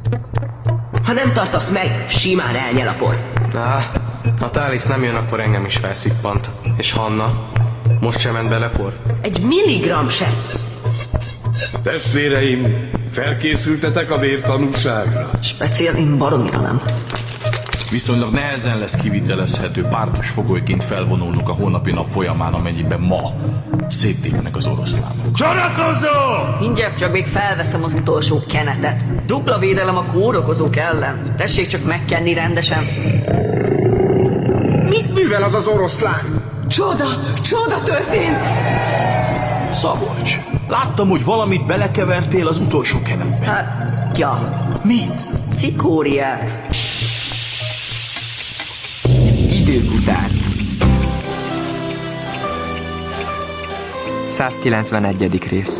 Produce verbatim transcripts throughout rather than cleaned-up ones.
Ha nem tartasz meg, simán elnyel a por. Á, ha Tálisz nem jön, akkor engem is felszippant. És Hanna? Most sem ment bele por? Egy milligram sem. Testvéreim, felkészültetek a vértanúságra? Speciál, én baromira nem. Viszonylag nehezen lesz kivitelezhető pártos fogolyként felvonulnunk a holnapi nap folyamán, amennyiben ma széttépnek az oroszlánok. Csanakozó! Mindjárt csak még felveszem az utolsó kenetet. Dupla védelem a kórokozók ellen. Tessék csak megkenni rendesen. Mit művel az az oroszlán? Csoda, csoda történt! Szabolcs, láttam, hogy valamit belekevertél az utolsó kenetbe. Hát, ja. Mit? Cikóriát. Időfutár százkilencvenegyedik rész.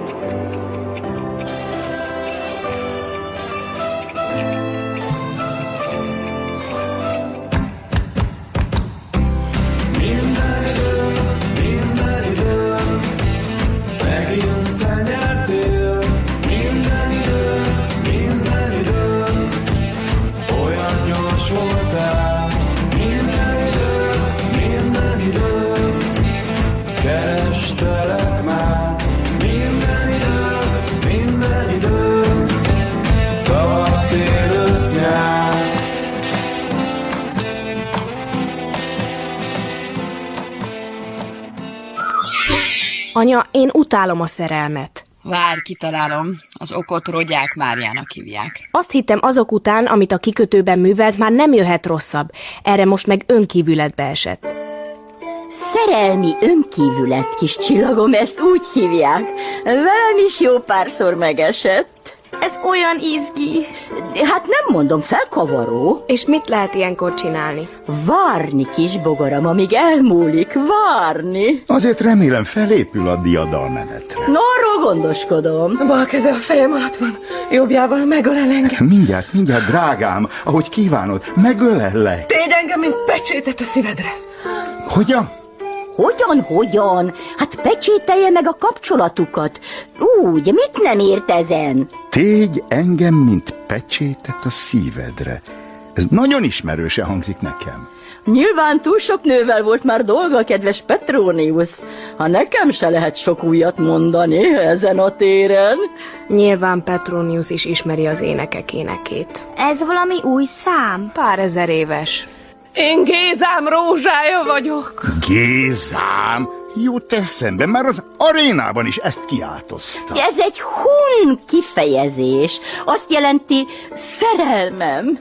Anya, én utálom a szerelmet. Várj, kitalálom. Az okot Rodják Máriának hívják. Azt hittem, azok után, amit a kikötőben művelt, már nem jöhet rosszabb. Erre most meg önkívületbe esett. Szerelmi önkívület, kis csillagom, ezt úgy hívják. Velem is jó párszor megesett. Ez olyan izgi. Hát nem mondom, felkavaró. És mit lehet ilyenkor csinálni? Várni, kis bogaram, amíg elmúlik, várni. Azért remélem felépül a diadalmenetre. No, arról gondoskodom. A bal keze a fejem alatt van, jobbjával megölel engem. Mindjárt, mindjárt, drágám, ahogy kívánod, megölellek. Tégy engem, mint pecsétet a szívedre. Hogyan? Hogyan, hogyan? Hát pecsételje meg a kapcsolatukat. Úgy, mit nem ért ezen? Tégy engem, mint pecsétet a szívedre. Ez nagyon ismerősen hangzik nekem. Nyilván túl sok nővel volt már dolga, kedves Petronius. Ha nekem se lehet sok újat mondani ezen a téren. Nyilván Petronius is ismeri az énekek énekét. Ez valami új szám? Pár ezer éves. Én Gézám rózsája vagyok. Gézám? Jut eszembe, már az arénában is ezt kiáltozta. Ez egy hun kifejezés. Azt jelenti szerelmem.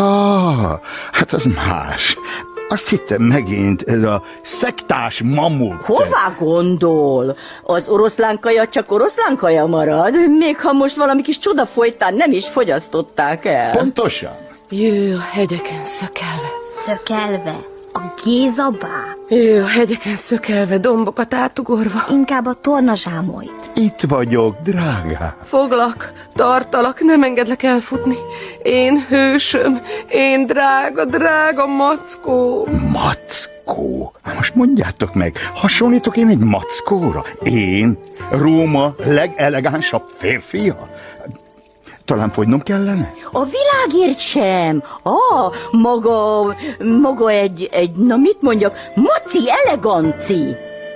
Ja, hát az más. Azt hittem megint ez a szektás mamut. Hová gondol? Az oroszlánkaja csak oroszlánkaja marad, még ha most valami kis csoda folytán nem is fogyasztották el. Pontosan. Jő a hegyeken szökelve. Szökelve? A Gézabá? Jő a hegyeken szökelve, dombokat átugorva. Inkább a tornazsámolyt. Itt vagyok, drágám. Foglak, tartalak, nem engedlek elfutni. Én hősöm, én drága, drága mackó. Mackó? Most mondjátok meg, hasonlítok én egy mackóra? Én, Róma legelegánsabb férfia? Talán fogynom kellene? A világért sem. Ah, maga, maga egy, egy, na mit mondjak, maci eleganci.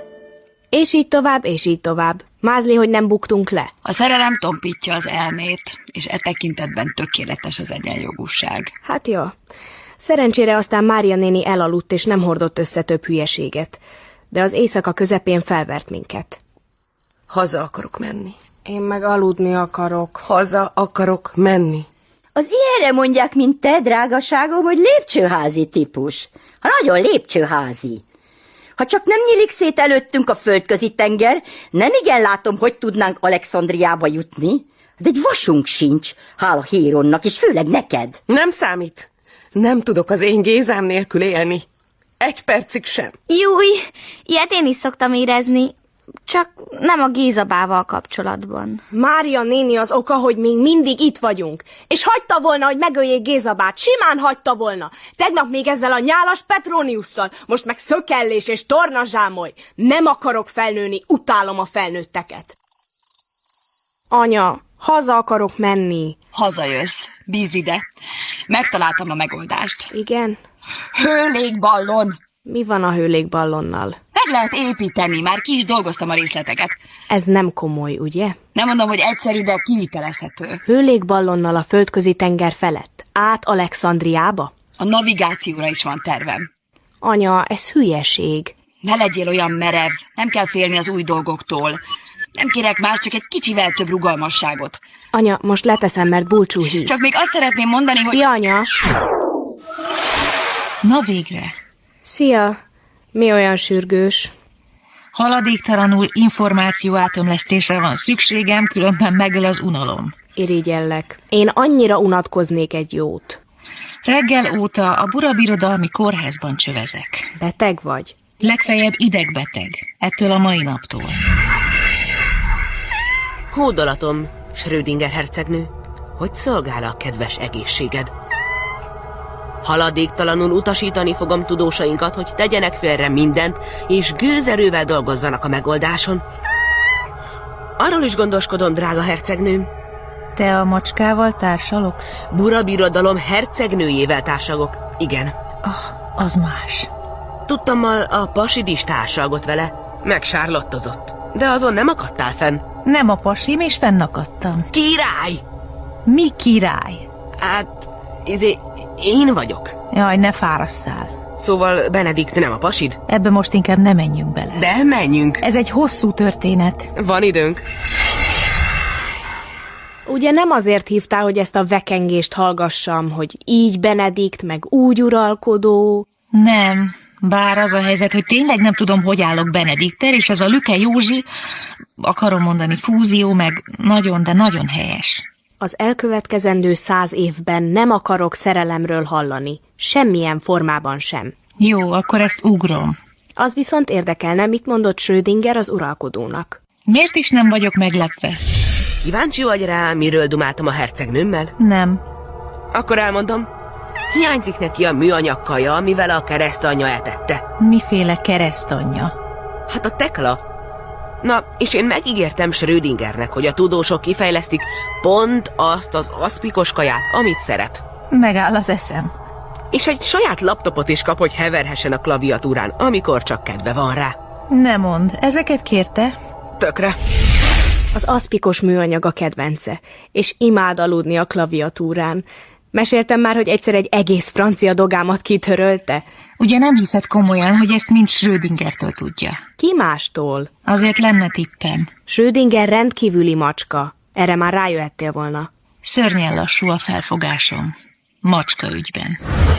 És így tovább, és így tovább. Mázli, hogy nem buktunk le. A szerelem tompítja az elmét, és e tekintetben tökéletes az egyenjogúság. Hát jó. Szerencsére aztán Mária néni elaludt, és nem hordott össze több hülyeséget. De az éjszaka közepén felvert minket. Haza akarok menni. Én meg aludni akarok. Haza akarok menni. Az ilyenre mondják, mint te, drágaságom, hogy lépcsőházi típus. Ha nagyon lépcsőházi. Ha csak nem nyílik szét előttünk a földközi tenger, nem igen látom, hogy tudnánk Alexandriába jutni. De egy vasunk sincs, hála Héronnak, és főleg neked. Nem számít. Nem tudok az én Gézám nélkül élni. Egy percig sem. Júj, ilyet én is szoktam érezni. Csak nem a Gézabával kapcsolatban. Mária néni az oka, hogy még mindig itt vagyunk. És hagyta volna, hogy megöljék Gézabát. Simán hagyta volna. Tegnap még ezzel a nyálas Petroniusszal. Most meg szökellés és tornazsámoly. Nem akarok felnőni, utálom a felnőtteket. Anya, haza akarok menni. Hazajössz. Bízd ide. Megtaláltam a megoldást. Igen? Hőlégballon. Mi van a hőlégballonnal? Meg lehet építeni, már ki is dolgoztam a részleteket. Ez nem komoly, ugye? Nem mondom, hogy egyszerű, de kivitelezhető. Hőlégballonnal a földközi tenger felett, át Alexandriába? A navigációra is van tervem. Anya, ez hülyeség. Ne legyél olyan merev, nem kell félni az új dolgoktól. Nem kérek más, csak egy kicsivel több rugalmasságot. Anya, most leteszem, mert Bulcsú hív. Csak még azt szeretném mondani, hogy... Szia, anya! Na végre! Szia! Mi olyan sürgős? Haladéktalanul információátömlesztésre van szükségem, különben megöl az unalom. Irigyellek. Én annyira unatkoznék egy jót. Reggel óta a Burabirodalmi kórházban csövezek. Beteg vagy? Legfeljebb idegbeteg. Ettől a mai naptól. Hódolatom, Schrödinger hercegnő. Hogy szolgál a kedves egészséged? Haladéktalanul utasítani fogom tudósainkat, hogy tegyenek félre mindent, és gőzerővel dolgozzanak a megoldáson. Arról is gondoskodom, drága hercegnőm. Te a macskával társalogsz? Burabirodalom hercegnőjével társalgok, igen. Oh, az más. Tudtammal a pasid is társalgott vele, megsárlottozott. De azon nem akadtál fenn. Nem a pasim, és fennakadtam. Király! Mi király? Hát, izé, én vagyok. Jaj, ne fárasszál. Szóval Benedikt nem a pasid? Ebbe most inkább ne menjünk bele. De menjünk. Ez egy hosszú történet. Van időnk. Ugye nem azért hívtál, hogy ezt a vekengést hallgassam, hogy így Benedikt, meg úgy uralkodó? Nem, bár az a helyzet, hogy tényleg nem tudom, hogy állok Benedikter, és ez a Lüke Józsi, akarom mondani fúzió, meg nagyon, de nagyon helyes. Az elkövetkezendő száz évben nem akarok szerelemről hallani. Semmilyen formában sem. Jó, akkor ezt ugrom. Az viszont érdekelne, mit mondott Schrödinger az uralkodónak. Miért is nem vagyok meglepve? Kíváncsi vagy rá, miről dumáltam a hercegnőmmel? Nem. Akkor elmondom. Hiányzik neki a műanyag kaja, amivel a keresztanyja etette. Miféle keresztanyja? Hát a Tekla. Na, és én megígértem Schrödingernek, hogy a tudósok kifejlesztik pont azt az aszpikos kaját, amit szeret. Megáll az eszem. És egy saját laptopot is kap, hogy heverhessen a klaviatúrán, amikor csak kedve van rá. Ne mondd, ezeket kérte? Tökre. Az aszpikos műanyag a kedvence, és imád aludni a klaviatúrán. Meséltem már, hogy egyszer egy egész francia dogámat kitörölte. Ugye nem hiszed komolyan, hogy ezt mind Schrödingertől tudja? Ki mástól? Azért lenne tippem. Schrödinger rendkívüli macska. Erre már rájöhettél volna. Szörnyen lassú a felfogásom. Macska ügyben.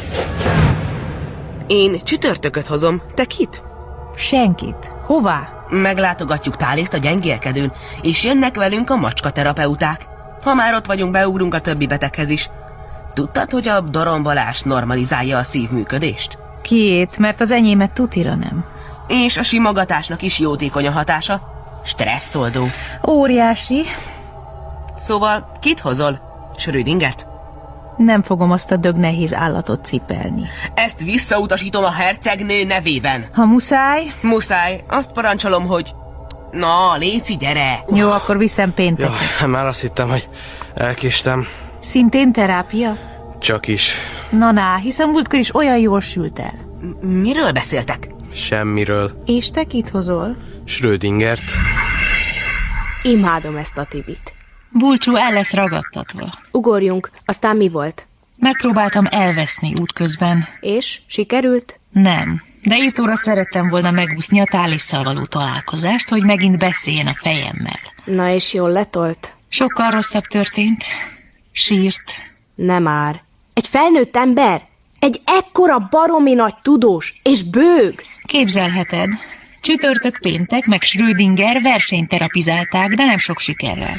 Én csütörtököt hozom. Te kit? Senkit. Hová? Meglátogatjuk Tálészt a gyengélkedőn, és jönnek velünk a macskaterapeuták. Ha már ott vagyunk, beugrunk a többi beteghez is. Tudtad, hogy a dorombolás normalizálja a szívműködést? Kiét, mert az enyémet tutira nem. És a simogatásnak is jótékony a hatása. Stresszoldó. Óriási. Szóval kit hozol? Schrödingert? Nem fogom azt a dög nehéz állatot cipelni. Ezt visszautasítom a hercegnő nevében. Ha muszáj? Muszáj. Azt parancsolom, hogy... Na, Léci, gyere! Jó, akkor viszem pénteken. Jaj, már azt hittem, hogy elkéstem. Szintén terápia? Csak is. Na, na, hiszen múltkor is olyan jól sült el. Miről beszéltek? Semmiről. És te kit hozol? Schrödingert. Imádom ezt a Tibit. Bulcsú el lesz ragadtatva. Ugorjunk, aztán mi volt? Megpróbáltam elveszni útközben. És? Sikerült? Nem. De itt óra szerettem volna megúszni a Tálisszal való találkozást, hogy megint beszéljen a fejemmel. Na és jól letolt? Sokkal rosszabb történt. Sírt. Nem már. Egy felnőtt ember? Egy ekkora baromi nagy tudós és bőg? Képzelheted. Csütörtök péntek meg Schrödinger versenyt terapizálták, de nem sok sikerrel.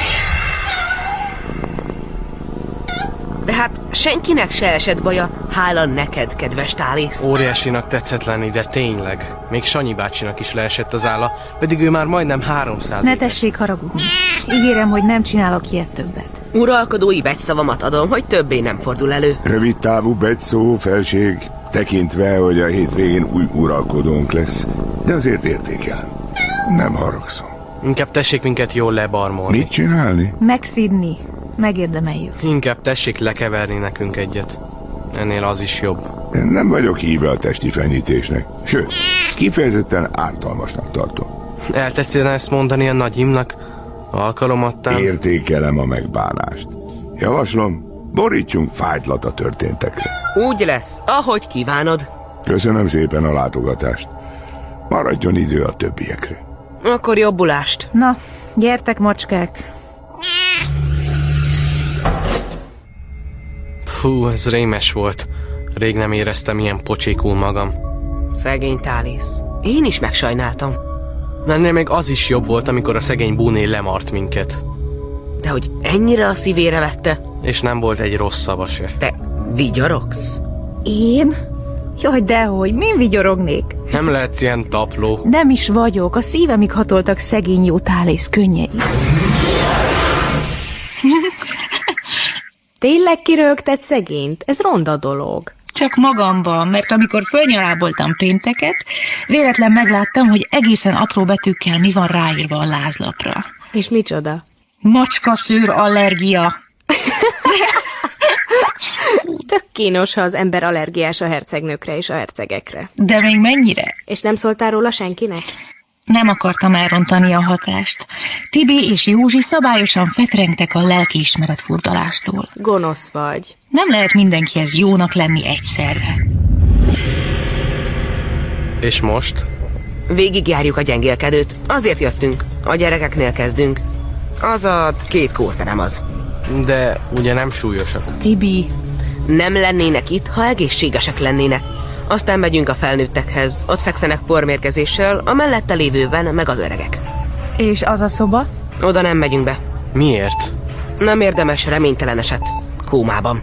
De hát senkinek se esett baja, hála neked, kedves Tálész. Óriásinak tetszett lenni, de tényleg. Még Sanyi bácsinak is leesett az álla, pedig ő már majdnem háromszáz Ne éves. tessék haragudni. Ígérem, hogy nem csinálok ilyet többet. Uralkodói becsszavamat adom, hogy többé nem fordul elő. Rövid távú becsszó, felség, tekintve, hogy a hétvégén új uralkodónk lesz. De azért értékelem. Nem haragszom. Inkább tessék minket jól lebarmolni. Mit csinálni? Megszidni. megérdemeljük. Inkább tessék lekeverni nekünk egyet. Ennél az is jobb. Én nem vagyok híve a testi fenyítésnek. Sőt, kifejezetten ártalmasnak tartom. Eltetszene ezt mondani a nagyimnak? Alkalomattán? Értékelem a megbánást. Javaslom, borítsunk fájtlat a történtekre. Úgy lesz, ahogy kívánod. Köszönöm szépen a látogatást. Maradjon idő a többiekre. Akkor jobbulást. Na, gyertek, macskák. Fú, ez rémes volt. Rég nem éreztem ilyen pocsékul magam. Szegény Tálisz. Én is megsajnáltam. Ennél még az is jobb volt, amikor a szegény Búné lemart minket. De hogy ennyire a szívére vette? És nem volt egy rossz szava se. Te vigyorogsz? Én? Jaj, dehogy, min vigyorognék? Nem lehetsz ilyen tapló. Nem is vagyok, a szívemig hatoltak szegény jó Tálisz könnyei. Tényleg kirögted szegényt? Ez ronda dolog. Csak magamban, mert amikor fölnyaláboltam pénteket, véletlen megláttam, hogy egészen apró betűkkel mi van ráírva a lázlapra. És micsoda? Macskaszőr allergia. Tök kínos, ha az ember allergiás a hercegnőkre és a hercegekre. De még mennyire? És nem szóltál róla senkinek? Nem akartam elrontani a hatást. Tibi és Józsi szabályosan fetrengtek a lelkiismeret furdalástól. Gonosz vagy. Nem lehet mindenkihez jónak lenni egyszerre. És most? Végigjárjuk a gyengélkedőt. Azért jöttünk. A gyerekeknél kezdünk. Az a két kórterem az. De ugye nem súlyosak. Tibi. Nem lennének itt, ha egészségesek lennének. Aztán megyünk a felnőttekhez. Ott fekszenek pormérgezéssel, a mellette lévőben meg az öregek. És az a szoba? Oda nem megyünk be. Miért? Nem érdemes, reménytelen eset. Kómában.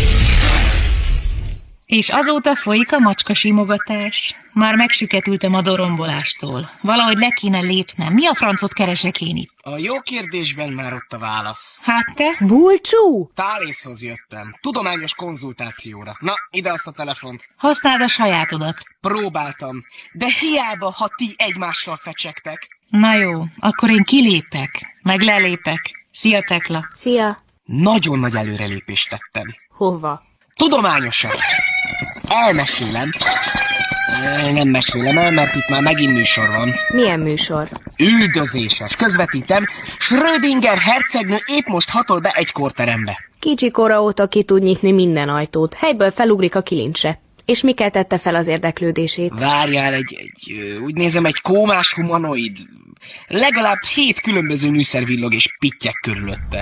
És azóta folyik a macskasimogatás. Már megsüketültem a dorombolástól. Valahogy le kéne lépnem. Mi a francot keresek én itt? A jó kérdésben már ott a válasz. Hát te? Bulcsú! Táliszhoz jöttem. Tudományos konzultációra. Na, ide azt a telefont. Használd a sajátodat. Próbáltam. De hiába, ha ti egymással fecsegtek. Na jó, akkor én kilépek. Meg lelépek. Szia, Tekla. Szia. Nagyon nagy előrelépést tettem. Hova? Tudományosan. Elmesélem. Nem mesélem el, mert itt már megint műsor van. Milyen műsor? Üldözéses. Közvetítem. Schrödinger hercegnő épp most hatol be egy kórterembe. Kicsi kora óta ki tud nyitni minden ajtót. Helyből felugrik a kilincsre. És mi keltette fel az érdeklődését? Várjál, egy, egy, úgy nézem, egy kómás humanoid. Legalább hét különböző műszer villog és pittyek körülötte.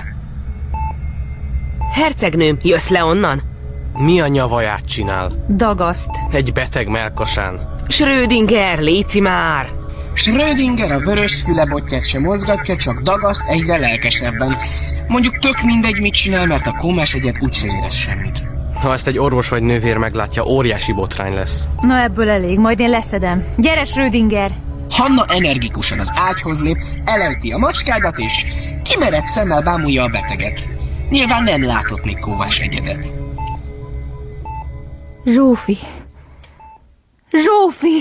Hercegnőm, jössz le onnan? Mi a nyavaját csinál? Dagaszt. Egy beteg melkasán. Schrödinger, léci már! Schrödinger a vörös szülebotját sem mozgatja, csak dagaszt egyre lelkesebben. Mondjuk tök mindegy, mit csinál, mert a kómás egyet úgyse érez semmit. Ha ezt egy orvos vagy nővér meglátja, óriási botrány lesz. Na ebből elég, majd én leszedem. Gyere, Schrödinger! Hanna energikusan az ágyhoz lép, elejti a macskádat, és kimerett szemmel bámulja a beteget. Nyilván nem látott még kómás egyedet. Zsófi! Zsófi!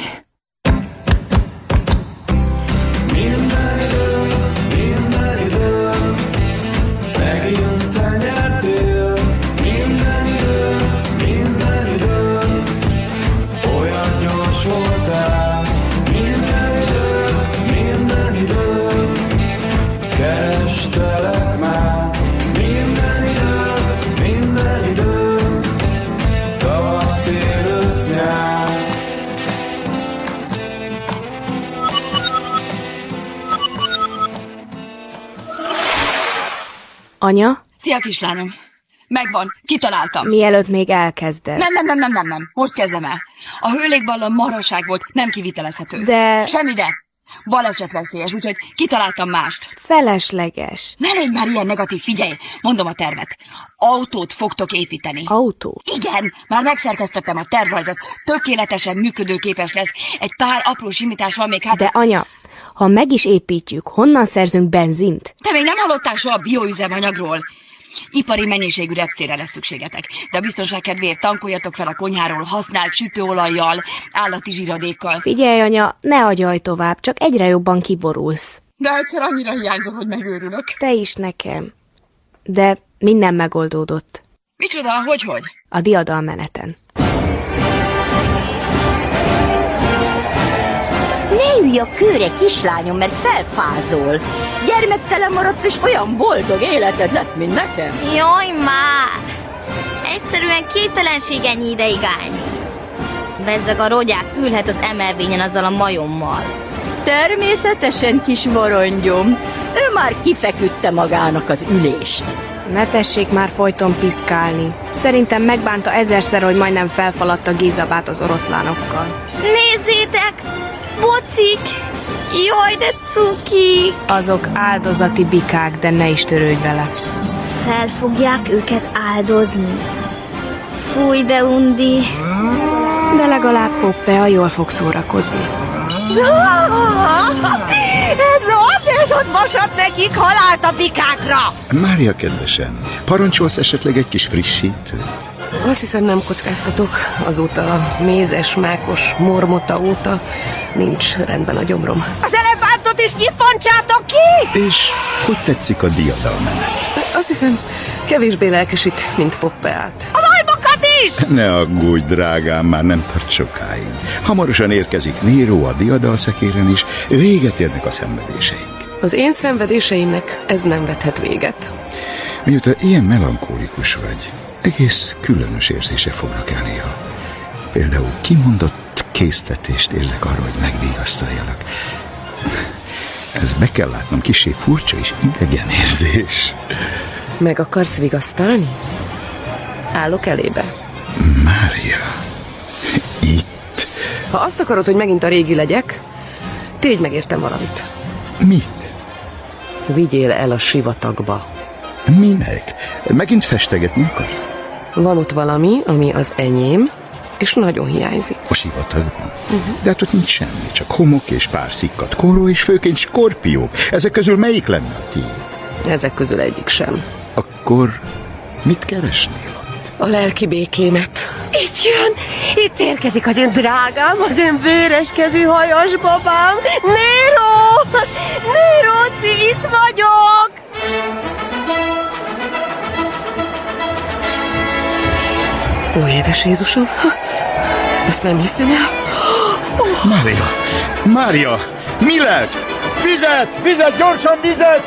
Minden idők, minden idők, megint te nyertél. Minden idők, minden idők, olyan gyors voltál. Minden idők, minden idők, kerestelek már. Minden idők, minden idők, tavasz, tél, ősz, nyár. Anya? Szia, kislányom! Megvan, kitaláltam. Mielőtt még elkezded. Nem, nem, nem, nem, nem, nem. Most kezdem el. A hőlégballon marhaság volt, nem kivitelezhető. De... Semmi de. Balesetveszélyes, úgyhogy kitaláltam mást. Felesleges. Ne légy már ilyen negatív, figyelj! Mondom a tervet. Autót fogtok építeni. Autó? Igen, már megszerkesztettem a tervrajzot. Tökéletesen működőképes lesz. Egy pár apró simítás van még hát... De anya, ha meg is építjük, honnan szerzünk benzint? Te még nem hallottál soha bioüzemanyagról? Ipari mennyiségű repcére lesz szükségetek, de a biztonság kedvéért tankoljatok fel a konyháról használt sütőolajjal, állati zsíradékkal. Figyelj, anya, ne agyalj tovább, csak egyre jobban kiborulsz. De egyszer annyira hiányzol, hogy megőrülök. Te is nekem. De Minden megoldódott. Micsoda, hogy-hogy? A diadalmeneten. Ne ülj a kőre, kislányom, mert felfázol. Gyermektelen maradsz, és olyan boldog életed lesz, mint nekem. Jaj, már! Egyszerűen képtelenség ennyi ideig állni. Bezzeg a rogyák ülhet az emelvényen azzal a majommal. Természetesen, kis varongyom. Ő már kifeküdte magának az ülést. Ne tessék már folyton piszkálni. Szerintem megbánta ezerszer, hogy majdnem felfaladt a Gézabát az oroszlánokkal. Nézzétek! Bocik! Jaj, de cuki! Azok áldozati bikák, de ne is törődj vele. Fel fogják őket áldozni. Fúj, de undi. De legalább Poppea jól fog szórakozni. Ez az, ez az vasat nekik, halált a bikákra! Mária kedvesen, parancsolsz esetleg egy kis frissítőt? Azt hiszem, nem kockáztatok. Azóta a mézes, mákos mormota óta nincs rendben a gyomrom. Az elefántot is nyifontsátok ki! És hogy tetszik a diadalmenet? Azt hiszem, kevésbé lelkesít, mint Poppeát. A majmokat is! Ne aggódj, drágám, már nem tart sokáig. Hamarosan érkezik Nero a diadalszekéren is, véget érnek a szenvedéseink. Az én szenvedéseimnek ez nem vethet véget. Mióta ilyen melankólikus vagy, egész különös érzése fognak el néha. Például kimondott késztetést érzek arra, hogy megvigasztaljalak. Ez be kell látnom, kissé furcsa és idegen érzés. Meg akarsz vigasztalni? Állok elébe. Mária, itt? Ha azt akarod, hogy megint a régi legyek, tégy meg értem valamit. Mit? Vigyél el a sivatagba. Minek? Megint festegetni akarsz? Van ott valami, ami az enyém, és nagyon hiányzik. A sivatagban? Uh-huh. De hát ott nincs semmi, csak homok és pár szikkat koró, és főként skorpiók. Ezek közül melyik lenne a tiéd? Ezek közül egyik sem. Akkor mit keresnél ott? A lelki békémet. Itt jön! Itt érkezik az én drágám, az én véreskezű hajas babám! Nero! Neroci, itt vagyok! Ó, édes Jézusom! Ezt nem hiszem el. Oh. Mária! Mária! Mi lett? Vizet! Vizet! Gyorsan vizet!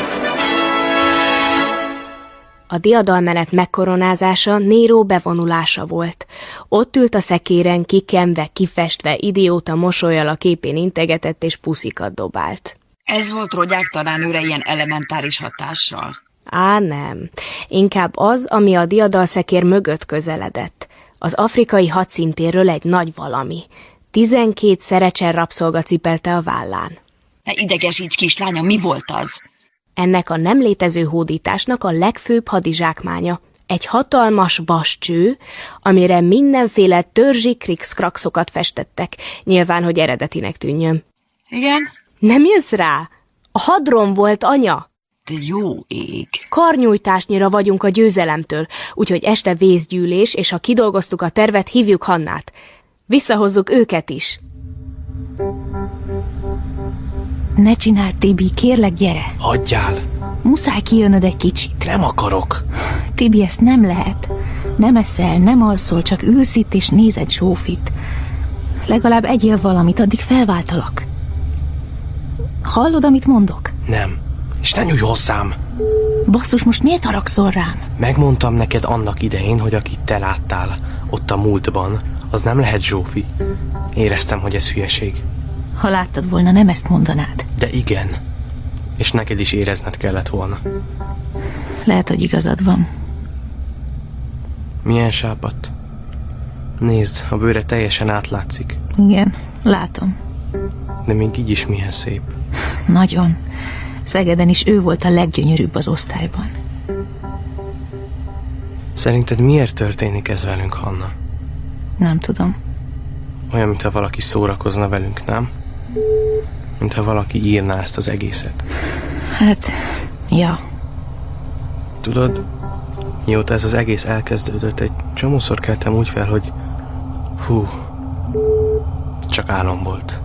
A diadalmenet megkoronázása Nero bevonulása volt. Ott ült a szekéren, kikenve, kifestve, idióta mosollyal a képén integetett és puszikat dobált. Ez volt rogyák tanárnőre ilyen elementáris hatással? Á, nem. Inkább az, ami a diadalszekér mögött közeledett. Az afrikai hadszintérről egy nagy valami. Tizenkét szerecsen rabszolga cipelte a vállán. Ne idegesíts, kislányom, mi volt az? Ennek a nem létező hódításnak a legfőbb hadizsákmánya. Egy hatalmas vascső, amire mindenféle törzsi krikszkrakszokat festettek, nyilván, hogy eredetinek tűnjön. Igen? Nem jössz rá? A hadron volt anya. De jó ég. Karnyújtásnyira vagyunk a győzelemtől, úgyhogy este vészgyűlés, és ha kidolgoztuk a tervet, hívjuk Hannát. Visszahozzuk őket is. Ne csináld, Tibi, kérlek, gyere. Hagyjál. Muszáj kijönnöd egy kicsit. Nem akarok. Tibi, ezt nem lehet. Nem eszel, nem alszol, csak ülsz itt és nézed Zsófit. Legalább egyél valamit, addig felváltalak. Hallod, amit mondok? Nem. És ne nyújj hozzám. Basszus, most miért haragszol rám? Megmondtam neked annak idején, hogy akit te láttál ott a múltban, az nem lehet Zsófi. Éreztem, hogy ez hülyeség. Ha láttad volna, nem ezt mondanád. De igen. És neked is érezned kellett volna. Lehet, hogy igazad van. Milyen sápadt? Nézd, a bőre teljesen átlátszik. Igen, látom. De még így is milyen szép. Nagyon. Szegeden is ő volt a leggyönyörűbb az osztályban. Szerinted miért történik ez velünk, Hanna? Nem tudom. Olyan, mintha valaki szórakozna velünk, nem? Mintha valaki írná ezt az egészet. Hát, ja. Tudod, mióta ez az egész elkezdődött, egy csomószor keltem úgy fel, hogy hú, csak álom volt.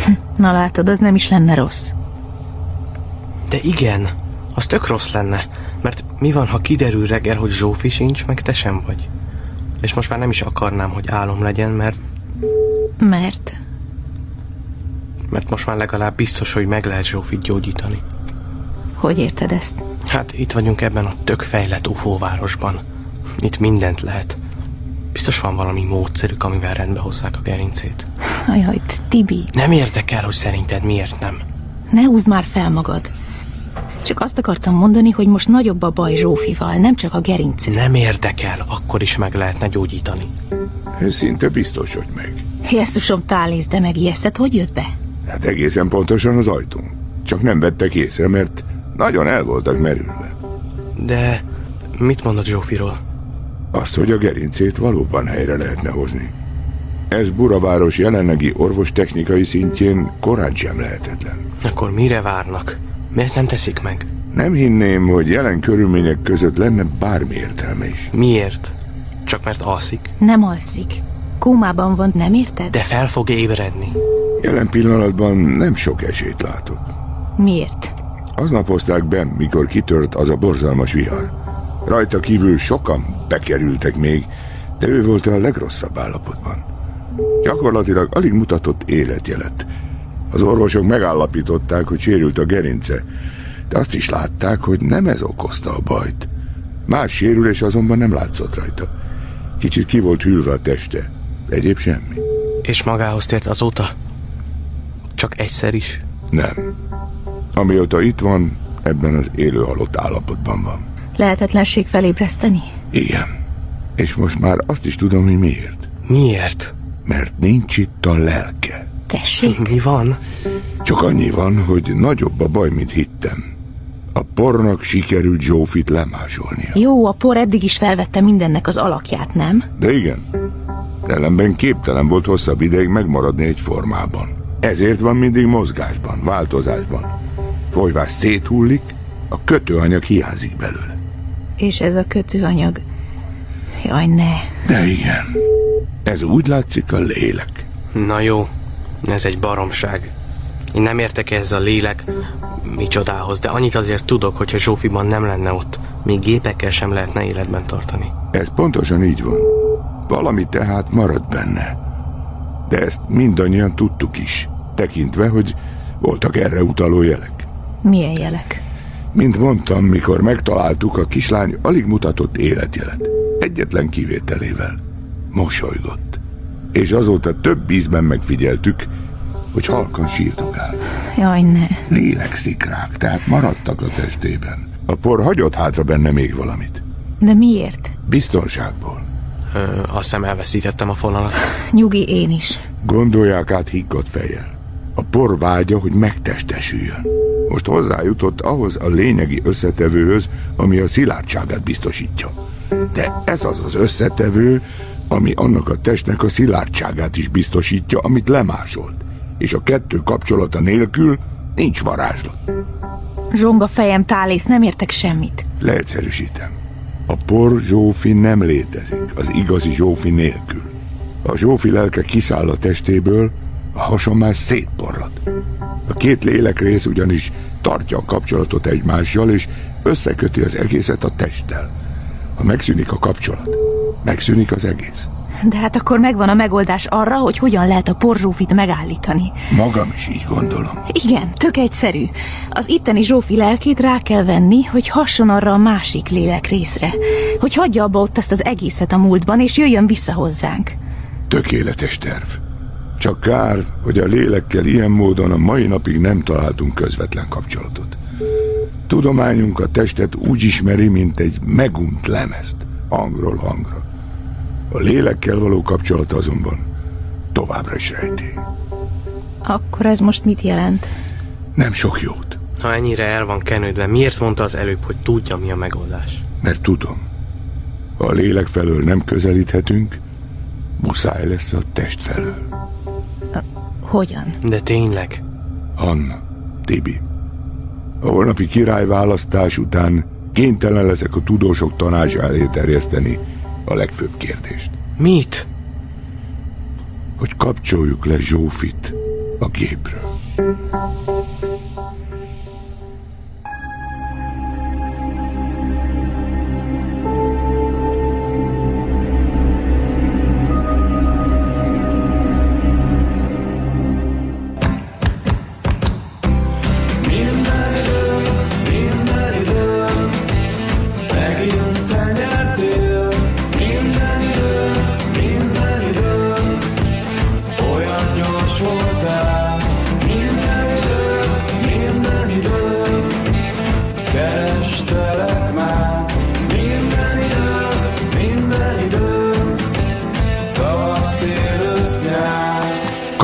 Na látod, az nem is lenne rossz. De igen, az tök rossz lenne. Mert mi van, ha kiderül reggel, hogy Zsófi sincs, meg te sem vagy? És most már nem is akarnám, hogy álom legyen, mert... Mert? Mert most már legalább biztos, hogy meg lehet Zsófit gyógyítani. Hogy érted ezt? Hát itt vagyunk ebben a tök fejlett ufóvárosban. Itt mindent lehet. Biztos van valami módszerük, amivel rendbe hozzák a gerincét. Ajaj, Tibi. Nem érdekel, hogy szerinted miért nem. Ne húzd már fel magad. Csak azt akartam mondani, hogy most nagyobb a baj Zsófival, nem csak a gerincé. Nem érdekel, akkor is meg lehetne gyógyítani. Ez szinte biztos, hogy meg. Jézusom, Tálisz, de megijeszted, hogy jött be? Hát egészen pontosan az ajtón. Csak nem vettek észre, mert nagyon el voltak merülve. De mit mondod Zsófiról? Azt, hogy a gerincét valóban helyre lehetne hozni. Ez Buraváros jelenlegi orvostechnikai szintjén korán sem lehetetlen. Akkor mire várnak? Miért nem teszik meg? Nem hinném, hogy jelen körülmények között lenne bármi értelme is. Miért? Csak mert alszik? Nem alszik. Kómában van, nem érted? De fel fog ébredni. Jelen pillanatban nem sok esélyt látok. Miért? Aznap hozták be, mikor kitört az a borzalmas vihar. Rajta kívül sokan bekerültek még, de ő volt a legrosszabb állapotban. Gyakorlatilag alig mutatott életjelet. Az orvosok megállapították, hogy sérült a gerince, de azt is látták, hogy nem ez okozta a bajt. Más sérülés azonban nem látszott rajta. Kicsit ki volt hűlve a teste, egyéb semmi. És magához tért azóta? Csak egyszer is? Nem. Amióta itt van, ebben az élő halott állapotban van. Lehetetlenség felébreszteni? Igen. És most már azt is tudom, hogy miért. Miért? Mert nincs itt a lelke. Tessék? Mi van? Csak annyi van, hogy nagyobb a baj, mint hittem. A pornak sikerült Zsófit lemásolnia. Jó, a por eddig is felvette mindennek az alakját, nem? De igen. Ellenben képtelen volt hosszabb ideig megmaradni egy formában. Ezért van mindig mozgásban, változásban. Folyvás széthullik, a kötőanyag hiányzik belőle. És ez a kötőanyag... Jaj, ne. De igen. Ez úgy látszik a lélek. Na jó, ez egy baromság. Én nem értek ehhez a lélek micsodához, de annyit azért tudok, hogyha Zsófiban nem lenne ott, még gépekkel sem lehetne életben tartani. Ez pontosan így van. Valami tehát marad benne. De ezt mindannyian tudtuk is, tekintve, hogy voltak erre utaló jelek. Milyen jelek? Mint mondtam, mikor megtaláltuk, a kislány alig mutatott életjelet. Egyetlen kivételével. Mosolygott. És azóta több ízben megfigyeltük, hogy halkan sírdogál. Jaj, ne. Lélekszikrák, tehát maradtak a testében. A por hagyott hátra benne még valamit. De miért? Biztonságból. Ö, azt hiszem elveszítettem a fonalat. Nyugi, én is. Gondolják át higgadt fejjel. A por vágya, hogy megtestesüljön. Most hozzájutott ahhoz a lényegi összetevőhöz, ami a szilárdságát biztosítja. De ez az az összetevő, ami annak a testnek a szilárdságát is biztosítja, amit lemásolt. És a kettő kapcsolata nélkül nincs varázslat. Zsonga fejem, Tálisz, nem értek semmit. Leegyszerűsítem. A por Zsófi nem létezik, az igazi Zsófi nélkül. A Zsófi lelke kiszáll a testéből, a hasa már szétporlad. A két lélekrész ugyanis tartja a kapcsolatot egymással, és összeköti az egészet a testtel. Ha megszűnik a kapcsolat, megszűnik az egész. De hát akkor megvan a megoldás arra, hogy hogyan lehet a por Zsófit megállítani. Magam is így gondolom. Igen, tök egyszerű. Az itteni Zsófi lelkét rá kell venni, hogy hasson arra a másik lélek részre. Hogy hagyja abba ott azt az egészet a múltban, és jöjjön vissza hozzánk. Tökéletes terv. Csak kár, hogy a lélekkel ilyen módon a mai napig nem találtunk közvetlen kapcsolatot. Tudományunk a testet úgy ismeri, mint egy megunt lemezt, hangról hangra. A lélekkel való kapcsolata azonban továbbra is rejtély. Akkor ez most mit jelent? Nem sok jót. Ha ennyire el van kenődve, miért mondta az előbb, hogy tudja, mi a megoldás? Mert tudom. Ha a lélek felől nem közelíthetünk, muszáj lesz a test felől. Hogyan? De tényleg? Hanna, Tibi, a holnapi királyválasztás után kénytelen leszek a tudósok tanácsa elé terjeszteni a legfőbb kérdést. Mit? Hogy kapcsoljuk le Zsófit a gépről.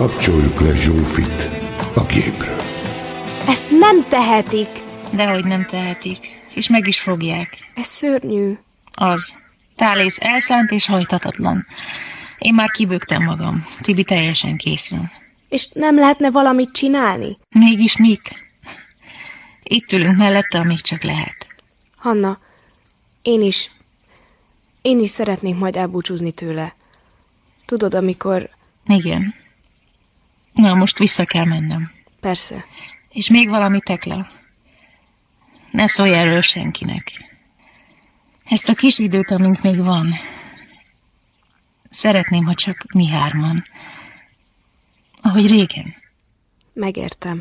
kapcsoljuk le Zsófit a gépről. Ezt nem tehetik. Dehogy nem tehetik. És meg is fogják. Ez szörnyű. Az. Tálész elszánt és hajthatatlan. Én már kibőgtem magam. Tibi teljesen készül. És nem lehetne valamit csinálni? Mégis mit? Itt ülünk mellette, amíg csak lehet. Hanna, én is... Én is szeretnék majd elbúcsúzni tőle. Tudod, amikor... Igen. Na, most vissza kell mennem. Persze. És még valami, Tekla. Ne szólj erről senkinek. Ezt a kis időt, amink még van, szeretném, ha csak mi hárman. Ahogy régen. Megértem.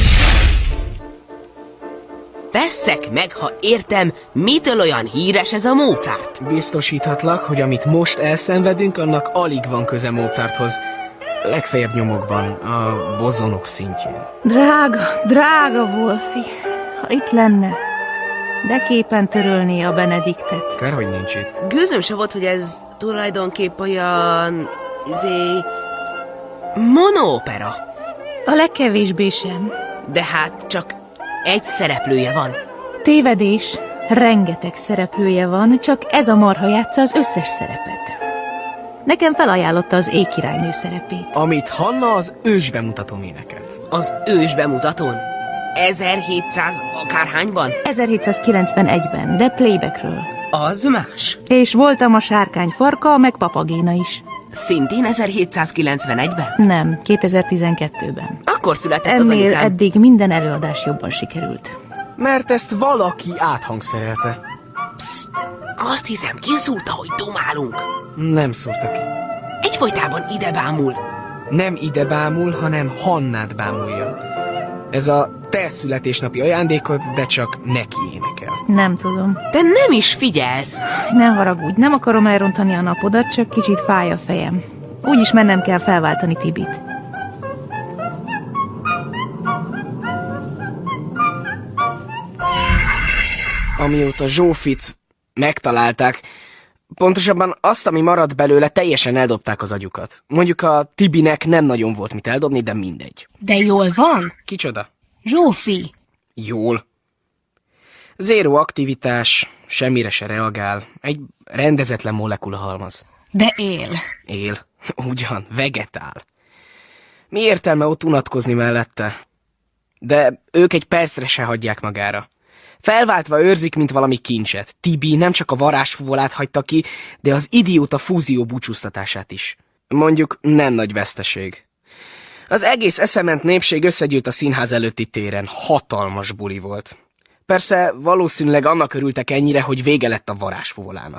Vesszek meg, ha értem, mitől olyan híres ez a Mozart. Biztosíthatlak, hogy amit most elszenvedünk, annak alig van köze Mozarthoz. Legfeljebb nyomokban, a bozonok szintjén. Drága, drága Wolfi, ha itt lenne, de képen törölné a Benediktet. Kárhogy nincs itt. Gőzöm se volt, hogy ez tulajdonképp olyan... Zé... monópera. A legkevésbé sem. De hát csak egy szereplője van. Tévedés. Rengeteg szereplője van, csak ez a marha játsza az összes szerepet. Nekem felajánlotta az éjkirálynő szerepét. Amit Hanna az ős bemutatón énekelt. Az ős bemutatón? ezerhétszáz akárhányban? ezerhétszázkilencvenegyben, de playbackről. Az más. És voltam a sárkány farka, meg Papagéna is. Szintén ezerhétszázkilencvenegyben? Nem, kétezer-tizenkettőben. Akkor született Ennél az anyukám. eddig minden előadás jobban sikerült. Mert ezt valaki áthangszerelte. Psst, azt hiszem kiszúrta, hogy dumálunk. Nem szúrta ki. Egyfolytában ide bámul. Nem ide bámul, hanem Hannát bámulja. Ez a te születésnapi ajándékod, de csak neki énekel. Nem tudom. Te nem is figyelsz. Ne haragudj, nem akarom elrontani a napodat, csak kicsit fáj a fejem. Úgyis mennem kell felváltani Tibit. Amióta Zsófit megtalálták, pontosabban azt, ami maradt belőle, teljesen eldobták az agyukat. Mondjuk a Tibinek nem nagyon volt mit eldobni, de mindegy. De jól van? Kicsoda? Zsófi. Jól. Zéró aktivitás, semmire se reagál. Egy rendezetlen molekulahalmaz. De él. Él. Ugyan, vegetál. Mi értelme ott unatkozni mellette? De ők egy percre se hagyják magára. Felváltva őrzik, mint valami kincset. Tibi nem csak a varázsfuvolát hagyta ki, de az idióta fúzió búcsúztatását is. Mondjuk nem nagy veszteség. Az egész eszement népség összegyűlt a színház előtti téren. Hatalmas buli volt. Persze valószínűleg annak örültek ennyire, hogy vége lett a varázsfuvolának.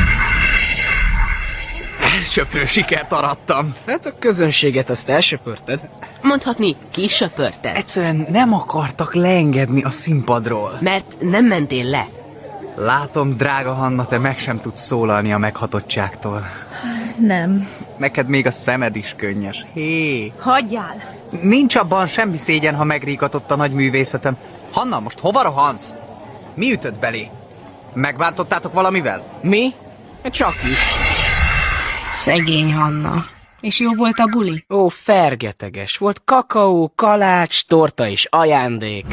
Elsöprő sikert arattam. Hát a közönséget azt elsöpörted. Mondhatni, kisöpörted. Egyszerűen nem akartak leengedni a színpadról. Mert nem mentél le. Látom, drága Hanna, te meg sem tudsz szólalni a meghatottságtól. Nem. Neked még a szemed is könnyes. Hé! Hagyjál! Nincs abban semmi szégyen, ha megríkatott a nagy művészetem. Hanna, most hova rohansz? Mi ütött belé? Megváltottátok valamivel? Mi? Csak is. Szegény Hanna. És jó volt a buli? Ó, fergeteges. Volt kakaó, kalács, torta és ajándék.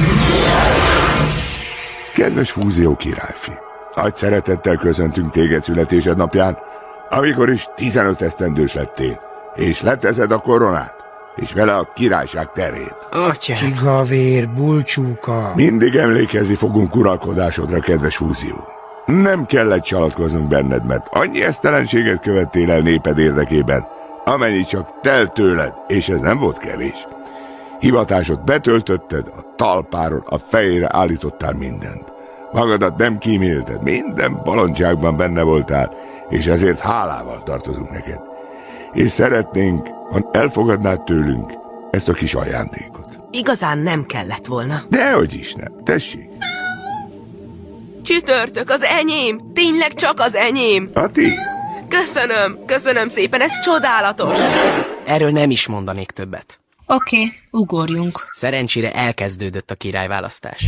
Kedves Fúzió királyfi, nagy szeretettel köszöntünk téged születésed napján, amikor is tizenöt esztendős lettél, és leteszed a koronát, és vele a királyság terét. Atya. Csigavér, bulcsúka. Mindig emlékezni fogunk uralkodásodra, kedves Fúzió. Nem kellett csalatkoznunk benned, mert annyi esztelenséget követtél el néped érdekében, amennyi csak telt tőled, és ez nem volt kevés. Hivatásod betöltötted, a talpáron, a fejére állítottál mindent. Magadat nem kímélted, minden bolondságban benne voltál, és ezért hálával tartozunk neked. És szeretnénk, ha elfogadnád tőlünk ezt a kis ajándékot. Igazán nem kellett volna. Dehogy is nem, tessék. Csütörtök, az enyém! Tényleg csak az enyém! A ti? Köszönöm, köszönöm szépen, ez csodálatos! Erről nem is mondanék többet. Oké, okay, ugorjunk. Szerencsére elkezdődött a királyválasztás.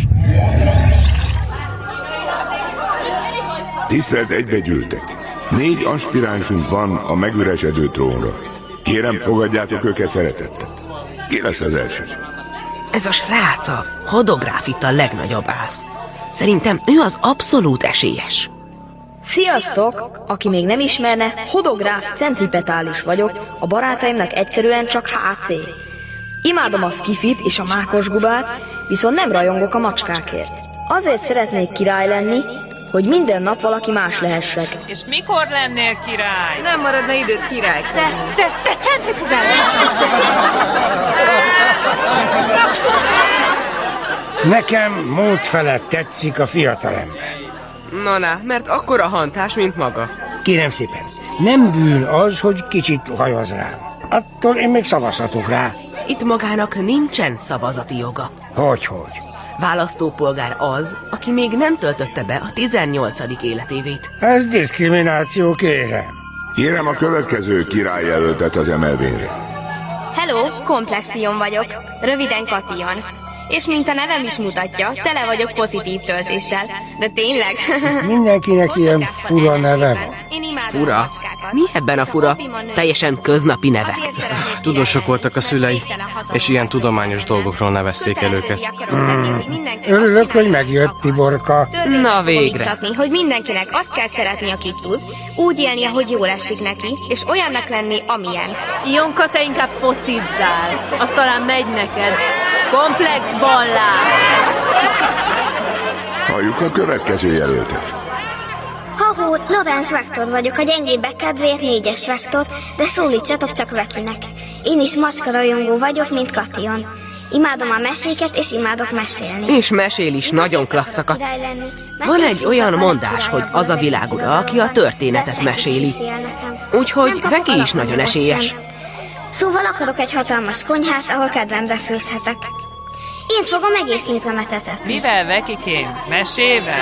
Tisztelt egybegyűltek! Négy aspiránsunk van a megüresedő trónra. Kérem, fogadjátok őket szeretettel. Ki lesz az első? Ez a srác a Hodográf itt a legnagyobb ász. Szerintem ő az abszolút esélyes. Sziasztok! Aki még nem ismerne, Hodográf centripetális vagyok, a barátaimnak egyszerűen csak há cé. Imádom a skifit és a mákosgubát, viszont nem rajongok a macskákért. Azért szeretnék király lenni, hogy minden nap valaki más lehessek. És mikor lennél király? Nem maradna időt király. Te, te, te centrifugális! Nekem mód felett tetszik a fiatalember. Na, na, mert akkora hantás, mint maga. Kérem szépen, nem bűn az, hogy kicsit hajoz rám. Attól én még szavazhatok rá. Itt magának nincsen szavazati joga. Hogyhogy? Választópolgár az, aki még nem töltötte be a tizennyolcadik életévét. Ez diszkrimináció, kérem. Kérem a következő királyjelöltet az em el vé-re. Hello, Komplexion vagyok, röviden Kation. És mint a nevem is mutatja, tele vagyok pozitív töltéssel. De tényleg? Mindenkinek ilyen fura neve van. Fura? Mi ebben a fura? Teljesen köznapi nevek. Tudósok voltak a szülei, és ilyen tudományos dolgokról nevezték el őket. Mm. Örülök, hogy megjött, Tiborka. Na végre. Hogy mindenkinek azt kell szeretni, akit tud, úgy élni, ahogy jól esik neki, és olyannak lenni, amilyen. Jonka, te inkább focizzál. Az talán megy neked. Komplex ballár! Halljuk a következő jelöltet. Ha-hó, Lorenz Vektor vagyok, a gyengébbek kedvéért négyes Vektor, de szólítsatok csak Vekinek. Én is macska-rajongó vagyok, mint Kation. Imádom a meséket, és imádok mesélni. És mesél is nagyon klasszakat. Van egy olyan mondás, hogy az a világura, aki a történetet meséli. Úgyhogy Veki is nagyon esélyes. Szóval akarok egy hatalmas konyhát, ahol kedvembe főzhetek. Én fogom egész népemet etetni. Mivel, Vekikém? Mesével?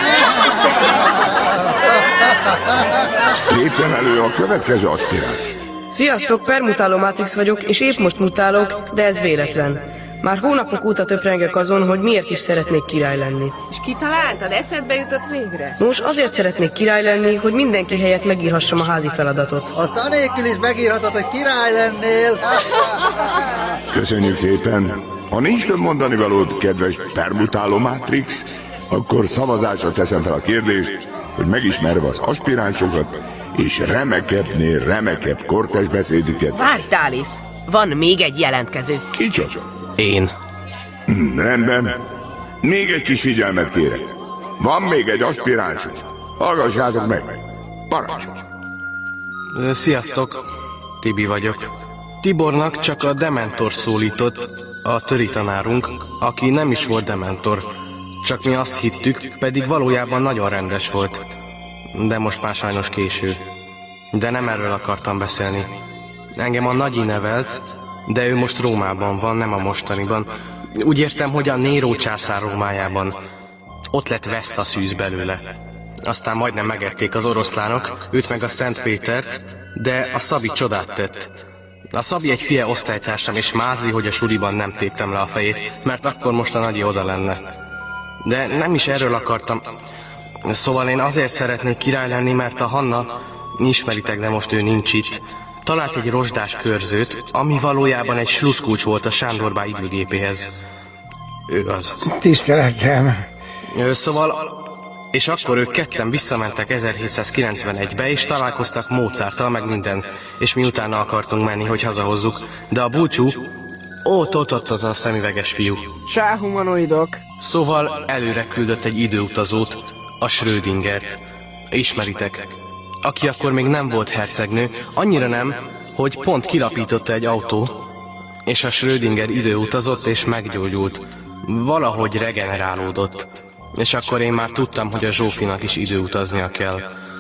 Lépjen elő a következő aspiráns. Sziasztok, permutáló Matrix vagyok, és épp most mutálok, de ez véletlen. Már hónapok óta töprengek azon, hogy miért is szeretnék király lenni. És kitaláltad? Eszedbe jutott végre? Nos, azért szeretnék király lenni, hogy mindenki helyett megírhassam a házi feladatot. Azt anélkül is megírhatod, hogy király lennél. Köszönjük szépen. Ha nincs több mondani valód, kedves permutáló Matrix, akkor szavazásra teszem fel a kérdést, hogy megismerve az aspiránsokat, és remekebbnél remekebb kortes beszédüket. Várj, Tálisz! Van még egy jelentkező. Kicsoda? Én. Hmm, rendben. Még egy kis figyelmet kérek. Van még egy aspiráns. Hallgassátok meg. Parancsolj. Sziasztok. Tibi vagyok. Tibornak csak a Dementor szólított, a töritanárunk, aki nem is volt Dementor. Csak mi azt hittük, pedig valójában nagyon rendes volt. De most már sajnos késő. De nem erről akartam beszélni. Engem a nagyi nevelt, de ő most Rómában van, nem a mostaniban. Úgy értem, hogy a Néró császár Rómájában. Ott lett Vesztaszűz belőle. Aztán majdnem megették az oroszlánok, őt meg a Szent Pétert, de a Szabi csodát tett. A Szabi egy hülye osztálytársam, és mázli, hogy a suliban nem téptem le a fejét, mert akkor most a nagyi oda lenne. De nem is erről akartam. Szóval én azért szeretnék király lenni, mert a Hanna, ismeritek, de most ő nincs itt, talált egy rozsdás körzőt, ami valójában egy sluszkulcs volt a Sándorbá időgépéhez. Ő az. Tiszteletem. Szóval... És akkor ők ketten visszamentek ezerhétszázkilencvenegybe, és találkoztak Mozarttal, meg minden, és mi utána akartunk menni, hogy hazahozzuk. De a búcsú... Ó, ott ott az a szemüveges fiú. Sáhumanoidok. Szóval előre küldött egy időutazót, a Schrödingert. Ismeritek. Aki akkor még nem volt hercegnő, annyira nem, hogy pont kilapította egy autó, és a Schrödinger időutazott és meggyógyult. Valahogy regenerálódott. És akkor én már tudtam, hogy a Zsófinak is időutaznia kell.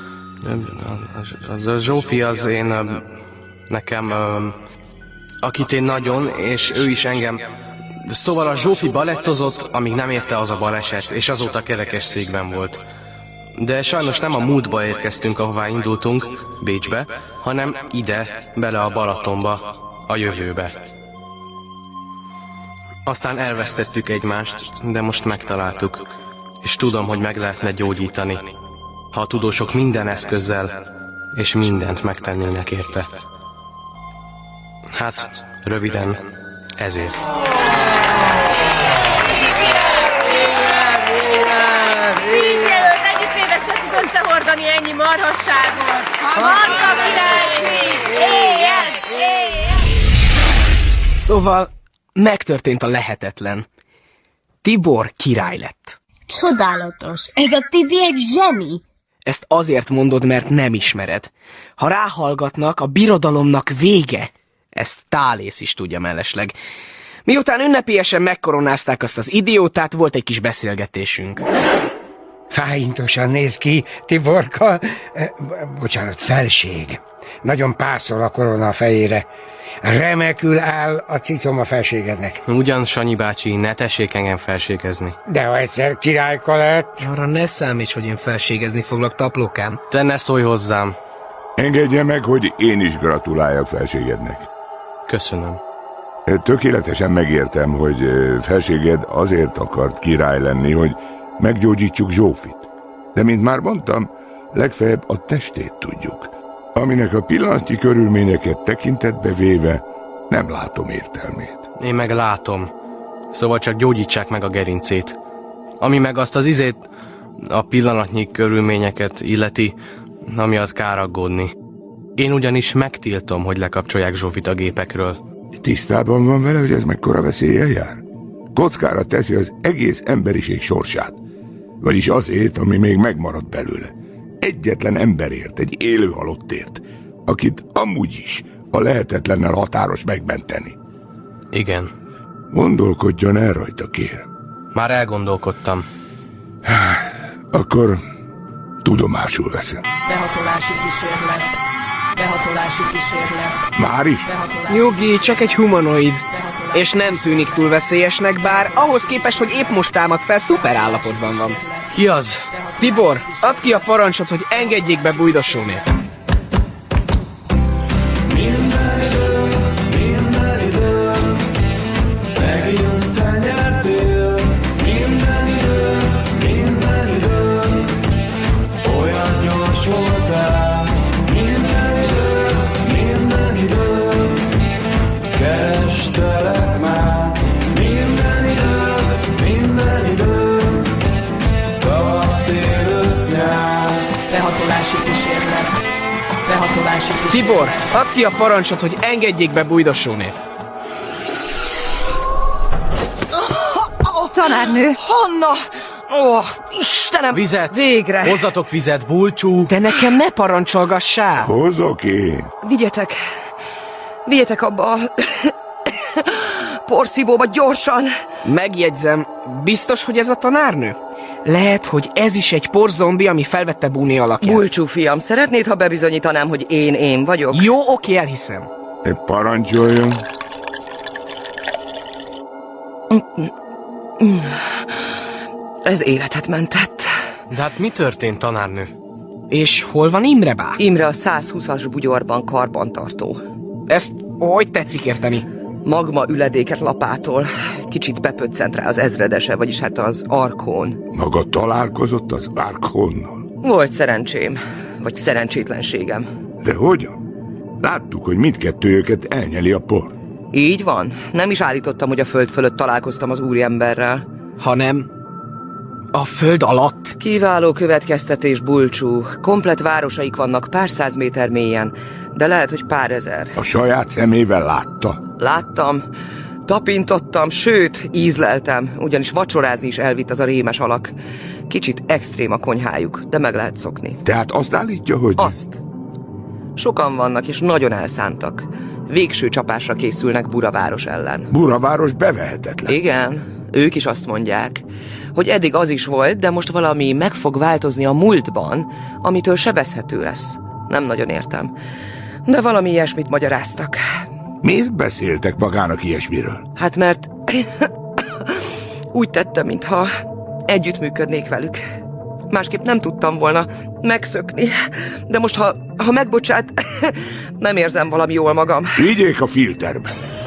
A Zsófi az én... nekem... akit én nagyon, és ő is engem... Szóval a Zsófi balettozott, amíg nem érte az a baleset, és azóta kerekesszékben volt. De sajnos nem a múltba érkeztünk, ahová indultunk, Bécsbe, hanem ide, bele a Balatonba, a jövőbe. Aztán elvesztettük egymást, de most megtaláltuk. És tudom, hogy meg lehetne gyógyítani, ha a tudósok minden eszközzel és mindent megtennének érte. Hát, röviden, ezért. Tízjelölt együttvéve se tud összehordani ennyi marhasságot! Marha királység! Éljen! Éljen! Szóval megtörtént a lehetetlen. Tibor király lett. Csodálatos. Ez a Tibi egy zseni. Ezt azért mondod, mert nem ismered. Ha ráhallgatnak, a birodalomnak vége. Ezt Tálész is tudja mellesleg. Miután ünnepélyesen megkoronázták azt az idiótát, volt egy kis beszélgetésünk. Fájintosan néz ki, Tiborka. Eh, bocsánat, felség. Nagyon pászol a korona a fejére. Remekül áll a cicom a felségednek. Ugyan, Sanyi bácsi, ne tessék engem felségezni. De ha egyszer királyka lett... Arra ne számíts, hogy én felségezni foglak, taplókám. Te ne szólj hozzám. Engedje meg, hogy én is gratuláljak felségednek. Köszönöm. Tökéletesen megértem, hogy felséged azért akart király lenni, hogy meggyógyítsuk Zsófit. De mint már mondtam, legfeljebb a testét tudjuk, aminek a pillanatnyi körülményeket tekintetbe véve nem látom értelmét. Én meg látom. Szóval csak gyógyítsák meg a gerincét. Ami meg azt az izét, a pillanatnyi körülményeket illeti, amiatt kár aggódni. Én ugyanis megtiltom, hogy lekapcsolják Zsófit a gépekről. Tisztában van vele, hogy ez mekkora veszéllyel jár? Kockára teszi az egész emberiség sorsát. Vagyis azért, ami még megmaradt belőle. Egyetlen emberért, egy élő halottért, akit amúgy is a lehetetlennel határos megmenteni. Igen. Gondolkodjon el rajta, kérem. Már elgondolkodtam. Akkor tudomásul veszem. Behatolási kísérlet. Behatolási kísérlet. Már is? Nyugi, csak egy humanoid. És nem tűnik túl veszélyesnek, bár ahhoz képest, hogy épp most támad fel, szuper állapotban van. Ki az? Tibor, add ki a parancsot, hogy engedjék be Bújdosónét. Minden idők, minden idők, megint te nyertél. Minden idők, minden idők, olyan gyors voltál. Minden idők, minden idők, kerestelek már. Minden idők, minden idők, tavasz, tél, ősz, nyár. Behatolási kísérlet. Behatolási kísérlet. Tibor, add ki a parancsot, hogy engedjék be Bújdosónét. Tanárnő! Hanna! Ó, oh, Istenem! Vizet! Végre! Hozzatok vizet, bulcsú! De nekem ne parancsolgassál! Hozok én! Vigyetek! Vigyetek abba a porszívóba gyorsan! Megjegyzem, biztos, hogy ez a tanárnő? Lehet, hogy ez is egy porzombi, ami felvette Búné alakját. Bulcsú fiam, szeretnéd, ha bebizonyítanám, hogy én én vagyok? Jó, oké, elhiszem. Parancsoljon. Ez életet mentett. De hát mi történt, tanárnő? És hol van Imre bá? Imre a százhúszas bugyorban karbantartó. Ezt hogy tetszik érteni? Magma üledéket lapától. Kicsit bepöccent rá az ezredese, vagyis hát az Arkón. Maga találkozott az Arkónnal? Volt szerencsém, vagy szerencsétlenségem. De hogyan? Láttuk, hogy mindkettőjüket elnyeli a por. Így van. Nem is állítottam, hogy a föld fölött találkoztam az úriemberrel. Hanem a föld alatt? Kiváló következtetés, Bulcsú. Komplett városaik vannak pár száz méter mélyen, de lehet, hogy pár ezer. A saját szemével látta? Láttam, tapintottam, sőt, ízleltem, ugyanis vacsorázni is elvitt az a rémes alak. Kicsit extrém a konyhájuk, de meg lehet szokni. Tehát azt állítja, hogy... Azt. Sokan vannak, és nagyon elszántak. Végső csapásra készülnek Buraváros ellen. Buraváros bevehetetlen. Igen, ők is azt mondják, hogy eddig az is volt, de most valami meg fog változni a múltban, amitől sebezhető lesz. Nem nagyon értem, de valami ilyesmit magyaráztak. Miért beszéltek magának ilyesmiről? Hát mert úgy tettem, mintha együttműködnék velük. Másképp nem tudtam volna megszökni. De most, ha, ha megbocsát, nem érzem valami jól magam. Vigyék a filterbe.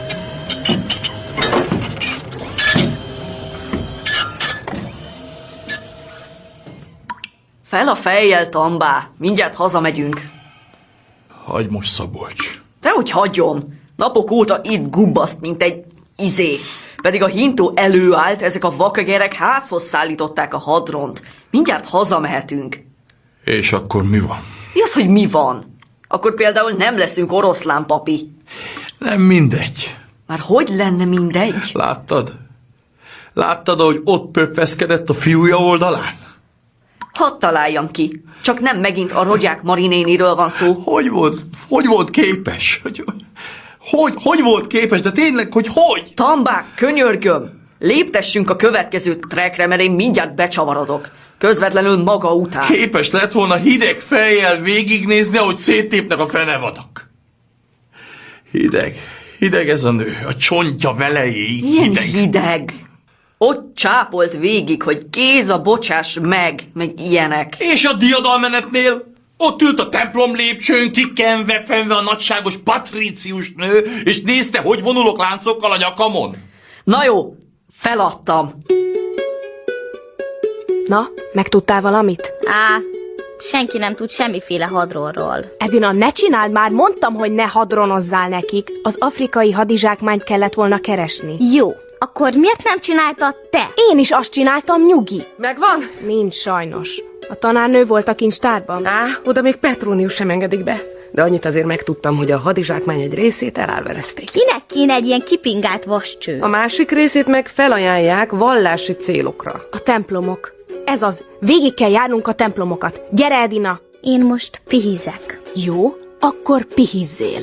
Fel a fejjel, Tambá! Mindjárt hazamegyünk. Hagyj most, Szabolcs. Dehogy hagyom! Napok óta itt gubbaszt, mint egy izé. Pedig a hintó előállt, ezek a vakagerek házhoz szállították a hadront. Mindjárt hazamehetünk. És akkor mi van? Mi az, hogy mi van? Akkor például nem leszünk oroszlán, papi. Nem mindegy. Már hogy lenne mindegy? Láttad? Láttad, ahogy ott pöffeszkedett a fiúja oldalán? Hadd találjam ki. Csak nem megint a Rogyák Marinéniről van szó. Hogy volt, hogy volt képes? Hogy, hogy, hogy volt képes? De tényleg, hogy hogy? Tambák, könyörgöm! Léptessünk a következő trackre, mert én mindjárt becsavarodok. Közvetlenül maga után. Képes lett volna hideg fejjel végignézni, ahogy széttépnek a fenevadak. Hideg, hideg ez a nő, a csontja velejéig Ilyen hideg. hideg. Ott csápolt végig, hogy Géza bocsáss meg, meg ilyenek. És a diadalmenetnél? Ott ült a templom lépcsőn, kikenve, fenve a nagyságos patrícius nő, és nézte, hogy vonulok láncokkal a nyakamon. Na jó, feladtam. Na, megtudtál valamit? Á, senki nem tud semmiféle hadronról. Edina, ne csináld már, mondtam, hogy ne hadronozzál nekik. Az afrikai hadizsákmányt kellett volna keresni. Jó, akkor miért nem csináltad te? Én is azt csináltam, nyugi. Megvan? Nincs sajnos. A tanárnő volt a kincstárban. Á, oda még Petrónius sem engedik be. De annyit azért megtudtam, hogy a hadizsákmány egy részét elárverezték. Kinek kéne egy ilyen kipingált vascső? A másik részét meg felajánlják vallási célokra. A templomok. Ez az. Végig kell járnunk a templomokat. Gyere, Edina! Én most pihizek. Jó, akkor pihizzél.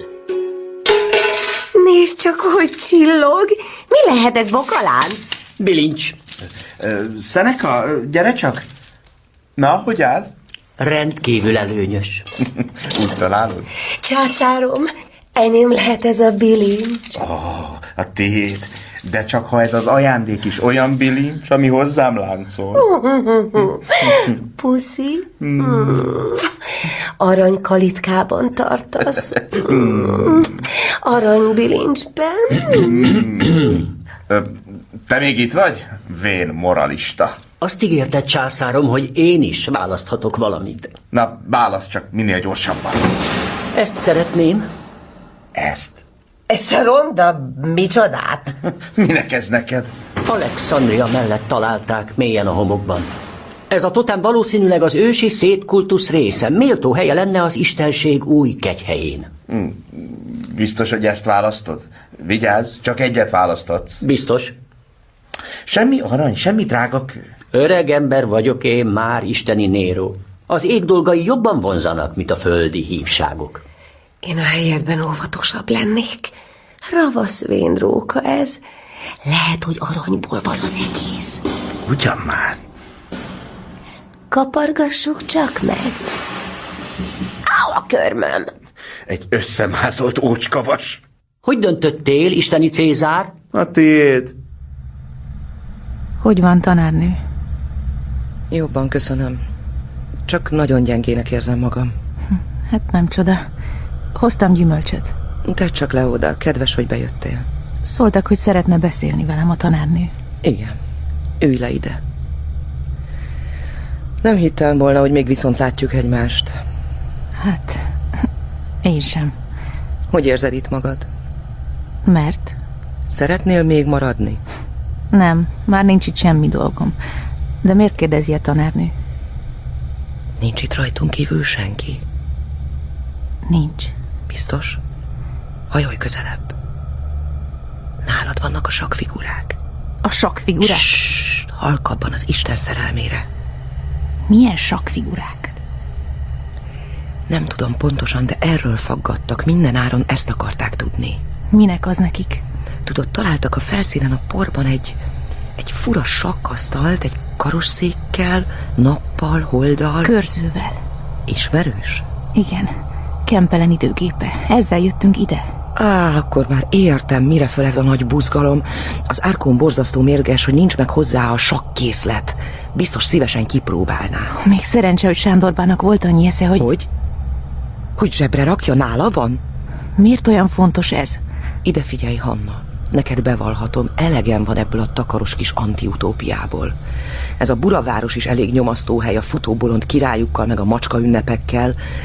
Nézd csak, hogy csillog. Mi lehet ez, bokalánc? Bilincs. Szeneka, gyere csak. Na, hogy áll? Rendkívül előnyös. Úgy találod? Császárom, enyém lehet ez a bilincs. Ó, oh, a tiéd. De csak ha ez az ajándék is olyan bilincs, ami hozzám láncol. Puszi. Mm. Arany kalitkában tartasz. Mm. Arany bilincsben. Mm. Te még itt vagy? Vén moralista. Azt ígérted, császárom, hogy én is választhatok valamit. Na, válasz csak minél gyorsabban. Ezt szeretném. Ezt? Ezt a ronda micsodát? Minek ez neked? Alexandria mellett találták mélyen a homokban. Ez a totem valószínűleg az ősi szétkultusz része. Méltó helye lenne az istenség új kegyhelyén. Hmm. Biztos, hogy ezt választod? Vigyázz, csak egyet választhatsz. Biztos. Semmi arany, semmi drága kő. Öreg ember vagyok én már, isteni Nero. Az ég dolgai jobban vonzanak, mint a földi hívságok. Én a helyedben óvatosabb lennék. Ravasz vénróka ez. Lehet, hogy aranyból van az egész. Ugyan már. Kapargassuk csak meg. Áó, a körmöm. Egy összemázolt ócskavas. Hogy döntöttél, isteni Cézár? A tiéd. Hogy van, tanárnő? Jobban, köszönöm. Csak nagyon gyengének érzem magam. Hát nem csoda. Hoztam gyümölcsöt. Tedd csak le oda, kedves, hogy bejöttél. Szóltak, hogy szeretne beszélni velem a tanárnő. Igen. Ülj le ide. Nem hittem volna, hogy még viszont látjuk egymást. Hát, én sem. Hogy érzed itt magad? Mert? Szeretnél még maradni? Nem, már nincs itt semmi dolgom. De miért kérdezi a tanárnő? Nincs itt rajtunk kívül senki. Nincs. Biztos? Hajolj közelebb. Nálad vannak a sakkfigurák. A sakkfigurák? Ssss, halkabban az Isten szerelmére. Milyen sakkfigurák? Nem tudom pontosan, de erről faggattak. Minden áron ezt akarták tudni. Minek az nekik? Tudod, találtak a felszínen a porban egy, egy fura sakkasztalt, egy karosszékkel, nappal, holddal. Körzővel. Ismerős? Igen, Kempelen időgépe. Ezzel jöttünk ide. Á, akkor már értem, mire föl ez a nagy buzgalom. Az árkon borzasztó mérges, hogy nincs meg hozzá a sakkészlet. Biztos szívesen kipróbálná. Még szerencse, hogy Sándorbának volt annyi esze, hogy... Hogy? Hogy zsebre rakja, nála van? Miért olyan fontos ez? Ide figyelj, Hanna. Neked bevallhatom, elegem van ebből a takaros kis antiutópiából. Ez a buraváros is elég nyomasztó hely a futóbolond királyukkal meg a macska ünnepekkel,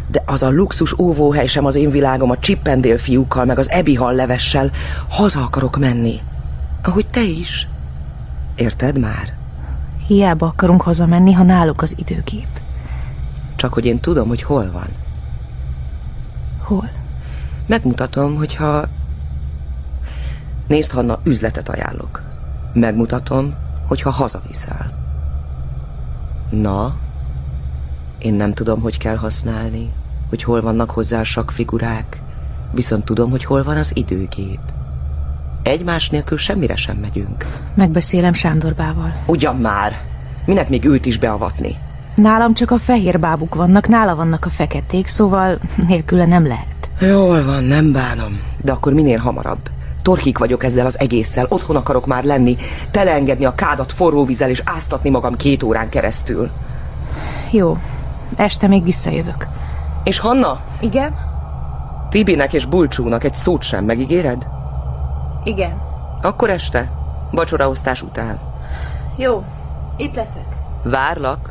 De az a luxus óvóhely sem az én világom, a Chippendale fiúkkal, meg az Ebihal levessel. Haza akarok menni. Ahogy te is. Érted már? Hiába akarunk hazamenni, ha náluk az időgép. Csak hogy én tudom, hogy hol van. Hol? Megmutatom, hogyha... Nézd, Hanna, üzletet ajánlok. Megmutatom, hogyha hazaviszel. Na, én nem tudom, hogy kell használni, hogy hol vannak hozzá sakkfigurák, viszont tudom, hogy hol van az időgép. Egymás nélkül semmire sem megyünk. Megbeszélem Sándorbával. Ugyan már! Minek még őt is beavatni? Nálam csak a fehér bábuk vannak, nála vannak a feketék, szóval nélküle nem lehet. Jól van, nem bánom. De akkor minél hamarabb. Torkik vagyok ezzel az egésszel, otthon akarok már lenni, teleengedni a kádat forró vízzel és áztatni magam két órán keresztül. Jó, este még visszajövök. És Hanna? Igen? Tibinek és Bulcsúnak egy szót sem megígéred? Igen. Akkor este, vacsoraosztás után. Jó, itt leszek. Várlak.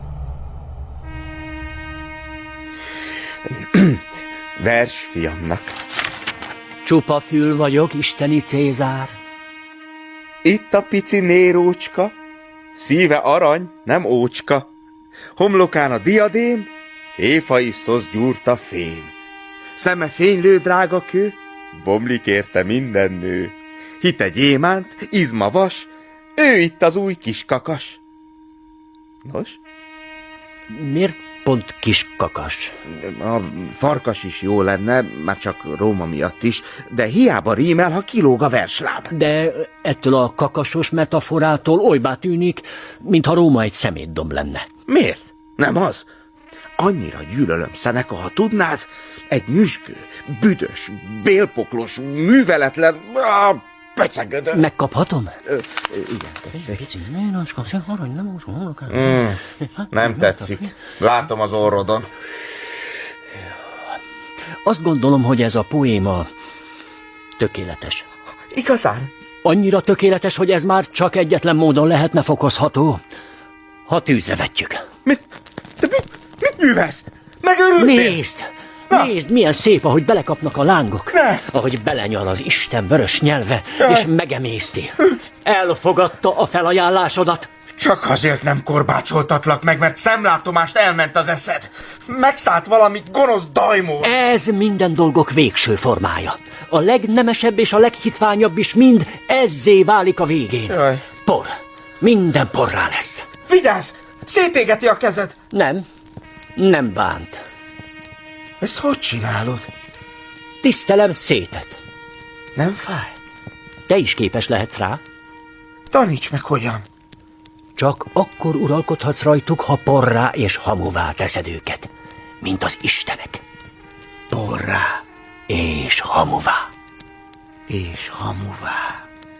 Vers fiamnak. Csupa fül vagyok, isteni Cézár. Itt a pici Nérócska, szíve arany, nem ócska. Homlokán a diadém, héfaiszhoz gyúrta fém. Szeme fénylő drága kő, bomlik érte minden nő. Hite gyémánt, izma vas, ő itt az új kiskakas. Nos? Miért pont kiskakas? A farkas is jó lenne, már csak Róma miatt is, de hiába rímel, ha kilóg a versláb. De ettől a kakasos metaforától olybá tűnik, mintha Róma egy szemétdomb lenne. Miért? Nem az? Annyira gyűlölöm Szeneka, ha tudnád, egy nyüzsgő, büdös, bélpoklos, műveletlen, ah, pöcegödő. Megkaphatom? Ö, igen. Mm, nem tetszik. Látom az orrodon. Azt gondolom, hogy ez a poéma tökéletes. Igazán? Annyira tökéletes, hogy ez már csak egyetlen módon lehetne fokozható, ha tűzre vetjük. Mit? Te mit, mit művelsz? Megörültél? Nézd! Na. Nézd, milyen szép, ahogy belekapnak a lángok. Ne. Ahogy belenyal az Isten vörös nyelve, Jaj. és megemészti. Elfogadta a felajánlásodat. Csak azért nem korbácsoltatlak meg, mert szemlátomást elment az eszed. Megszállt valami gonosz dajmó. Ez minden dolgok végső formája. A legnemesebb és a leghitványabb is mind ezzé válik a végén. Jaj. Por. Minden porrá lesz. Vigyázz! Szétégeti a kezed. Nem. Nem bánt. Ezt hogy csinálod? Tisztelem szétet. Nem fáj? Te is képes lehetsz rá. Taníts meg hogyan. Csak akkor uralkodhatsz rajtuk, ha porrá és hamuvá teszed őket, mint az istenek. Porrá és hamuvá. És hamuvá.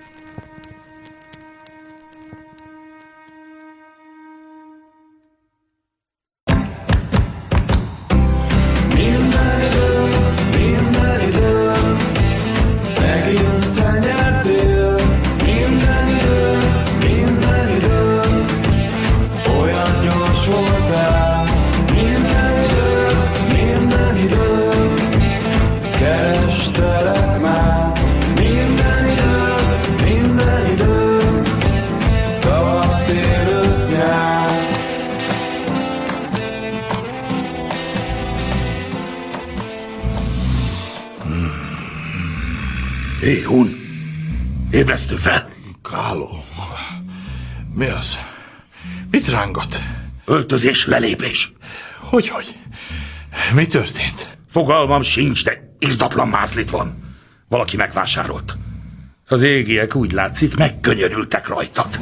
Hé, Hun! Ébresztő fel! Káló. Mi az? Mit rángat? Öltözés, lelépés. Hogyhogy? Mi történt? Fogalmam sincs, de irdatlan mázlit van. Valaki megvásárolt. Az égiek úgy látszik, megkönyörültek rajtad.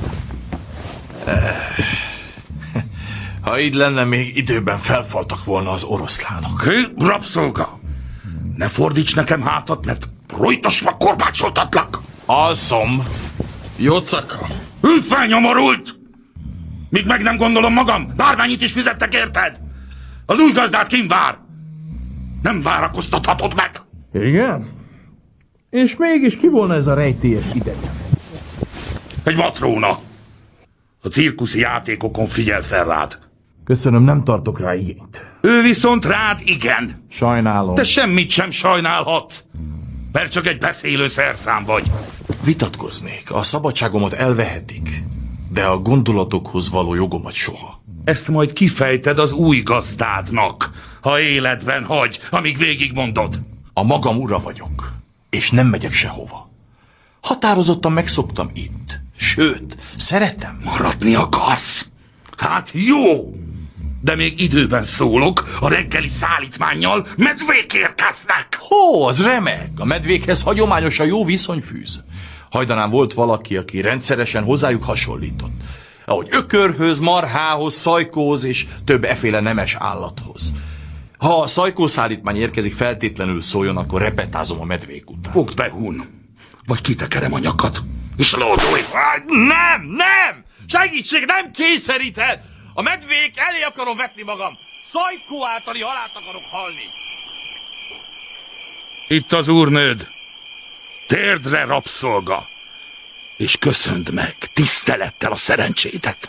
Ha így lenne, még időben felfaltak volna az oroszlánok. Hé, rabszolga! Ne fordíts nekem hátat, mert rojtosva korbácsoltatlak! Alszom! Jócaka! Ülj fel, nyomorult! Míg meg nem gondolom magam, bármennyit is fizettek érted! Az új gazdát kim vár! Nem várakoztathatod meg! Igen? És mégis ki volna ez a rejtélyes ideg? Egy matróna! A cirkuszi játékokon figyelt fel rád. Köszönöm, nem tartok rá igényt. Ő viszont rád igen. Sajnálom. Te semmit sem sajnálhatsz, mert csak egy beszélő szerszám vagy. Vitatkoznék, a szabadságomat elvehetik, de a gondolatokhoz való jogomat soha. Ezt majd kifejted az új gazdádnak, ha életben hagy, amíg végigmondod. A magam ura vagyok, és nem megyek sehova. Határozottan megszoktam itt. Sőt, szeretem. Maradni akarsz? Hát jó! De még időben szólok, a reggeli szállítmánnyal medvék érkeznek! Ó, az remek! A medvékhez hagyományosan jó viszony fűz. Hajdanán volt valaki, aki rendszeresen hozzájuk hasonlított. Ahogy ökörhöz, marhához, szajkóhoz és több eféle nemes állathoz. Ha a szajkószállítmány érkezik, feltétlenül szóljon, akkor repetázom a medvék után. Fogd be, Hun! Vagy kitekerem a nyakad, és lódulj! Nem, nem! Segítség, nem kényszeríted! A medvék elé akarom vetni magam! Szajkó általi halált akarok halni! Itt az úrnőd! Térdre rabszolga! És köszönd meg tisztelettel a szerencsédet!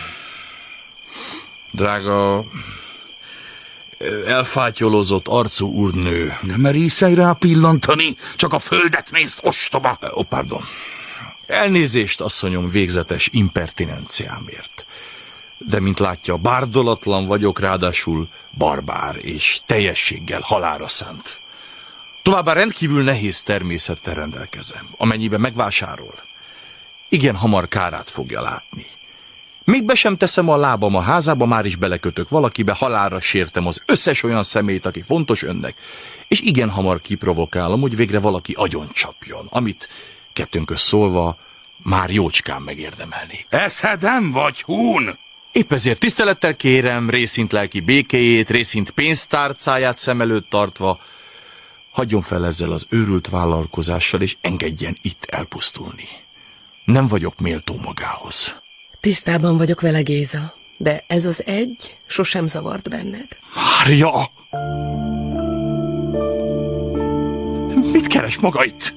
Drága, elfátyolozott arcú úrnő. Nem merészelj rá pillantani, csak a földet nézd, ostoba! Ó, oh, pardon. Elnézést, asszonyom, végzetes impertinenciámért. De mint látja, bárdolatlan vagyok, ráadásul barbár és teljességgel halálra szánt. Továbbá rendkívül nehéz természettel rendelkezem, amennyiben megvásárol. Igen hamar kárát fogja látni. Még be sem teszem a lábam a házába, már is belekötök valakibe, halálra sértem az összes olyan személyt, aki fontos önnek, és igen hamar kiprovokálom, hogy végre valaki agyoncsapjon, amit kettőnköz szólva már jócskán megérdemelnék. Eszedem vagy, Hun! Épp ezért tisztelettel kérem, részint lelki békéjét, részint pénztárcáját szem előtt tartva, hagyjon fel ezzel az őrült vállalkozással, és engedjen itt elpusztulni. Nem vagyok méltó magához. Tisztában vagyok vele, Géza, de ez az egy sosem zavart benned. Mária! Mit keres maga itt?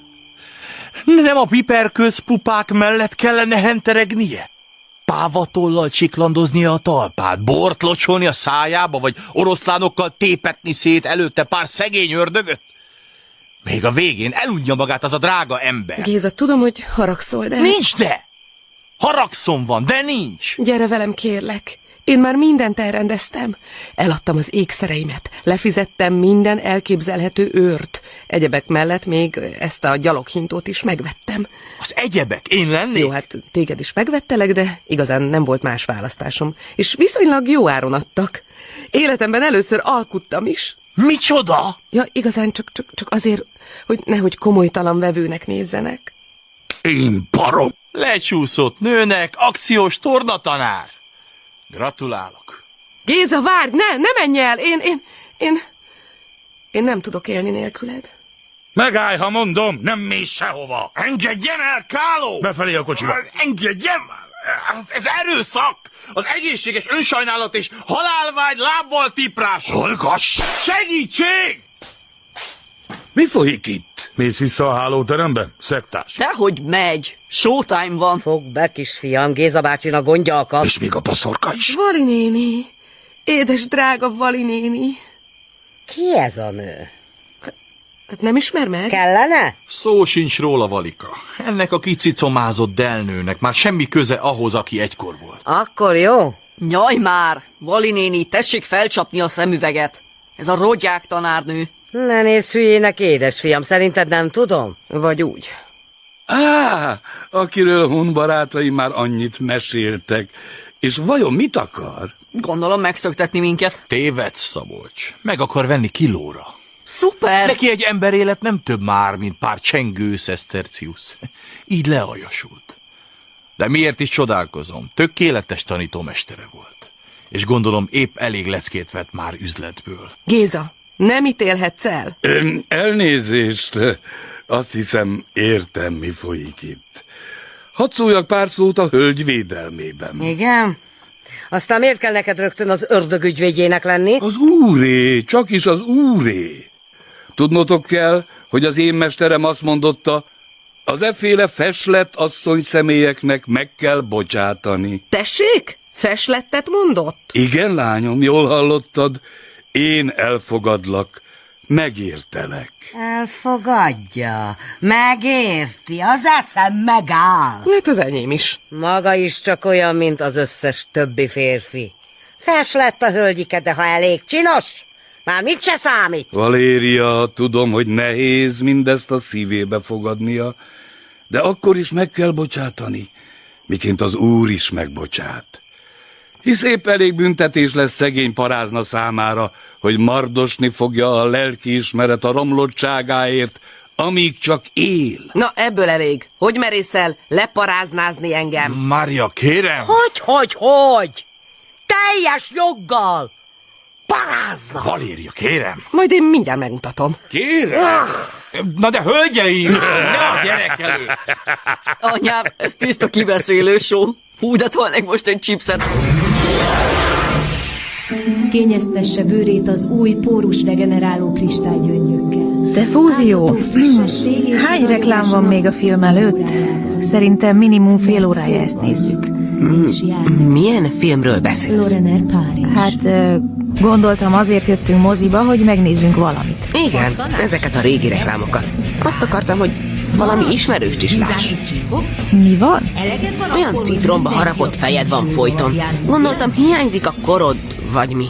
Nem a piperkőzpupák mellett kellene henteregnie? Pávatollal csiklandoznia a talpát, bort locsolni a szájába, vagy oroszlánokkal tépetni szét előtte pár szegény ördögöt? Még a végén elunja magát az a drága ember. Géza, tudom, hogy haragszol, de... Nincs de! Haragszom van, de nincs! Gyere velem, kérlek. Én már mindent elrendeztem. Eladtam az ékszereimet, lefizettem minden elképzelhető őrt. Egyebek mellett még ezt a gyaloghintót is megvettem. Az egyebek? Én lennék? Jó, hát téged is megvettelek, de igazán nem volt más választásom. És viszonylag jó áron adtak. Életemben először alkuttam is. Micsoda? Ja, igazán csak, csak, csak azért, hogy nehogy komolytalan vevőnek nézzenek. Én barom! Lecsúszott nőnek, akciós tornatanár. Gratulálok. Géza, várj, ne, ne menj el! Én, én, én, én nem tudok élni nélküled. Megállj, ha mondom, nem mész sehova. Engedjen el, Káló! Befelé a kocsiba. Engedjen! Ez erőszak! Az egészséges önsajnálat és halálvágy lábbal tiprás! Hallgass! Segítség! Mi folyik itt? Mész vissza a hálóterembe, szektás? Dehogy megy. Showtime van. Fog be, kisfiam, Géza bácsinak gondja akad. És még a baszorka is. Vali néni. Édes drága Vali néni. Ki ez a nő? Hát nem ismer meg? Kellene? Szó sincs róla, Valika. Ennek a kicicomázott delnőnek már semmi köze ahhoz, aki egykor volt. Akkor jó. Nyaj már! Vali néni, tessék felcsapni a szemüveget. Ez a rogyák tanárnő. Ne nézz hülyének, édesfiam, szerinted nem tudom? Vagy úgy. Á, akiről Hun barátaim már annyit meséltek. És vajon mit akar? Gondolom megszöktetni minket. Tévedsz, Szabolcs. Meg akar venni kilóra. Szuper! Neki egy emberélet nem több már, mint pár csengő szeszterciusz. Így leajasult. De miért is csodálkozom? Tökéletes tanítómestere volt. És gondolom épp elég leckét vett már üzletből. Géza, nem ítélhetsz el? Ön, elnézést, azt hiszem értem, mi folyik itt. Hadd szóljak pár szót a hölgy védelmében. Igen? Aztán miért kell neked rögtön az ördög ügyvédjének lenni? Az úré, csak is az úré. Tudnotok kell, hogy az én mesterem azt mondotta, az efféle feslett asszony személyeknek meg kell bocsátani. Tessék? Feslettet mondott? Igen, lányom, jól hallottad. Én elfogadlak, megértelek. Elfogadja, megérti, az eszem megáll. Hát az enyém is. Maga is csak olyan, mint az összes többi férfi. Fes lett a hölgyike, de ha elég csinos, már mit se számít. Valéria, tudom, hogy nehéz mindezt a szívébe fogadnia, de akkor is meg kell bocsátani, miként az Úr is megbocsát. Hisz épp elég büntetés lesz szegény parázna számára, hogy mardosni fogja a lelkiismeret a romlottságáért, amíg csak él. Na, ebből elég. Hogy merészel leparáznázni engem? Mária, kérem! Hogy, hogy, hogy? Teljes joggal! Parázna! Valéria, kérem! Majd én mindjárt megmutatom. Kérem! Na de hölgyeim, ne a gyerek előtt! Anyám, ez tiszta kibeszélő show. Hú, de tolnék most egy chipset. Kényeztesse bőrét az új pórus regeneráló kristálygyöngyökkel. De fúzió! Hány reklám van még a film előtt? Szerintem minimum fél órája ezt nézzük. Milyen filmről beszélsz? Hát gondoltam, azért jöttünk moziba, hogy megnézzünk valamit. Igen, ezeket a régi reklámokat. Azt akartam, hogy valami ismerőst is láss. Mi van? Olyan citromba harapott fejed van folyton. Gondoltam, hiányzik a korod, vagy mi?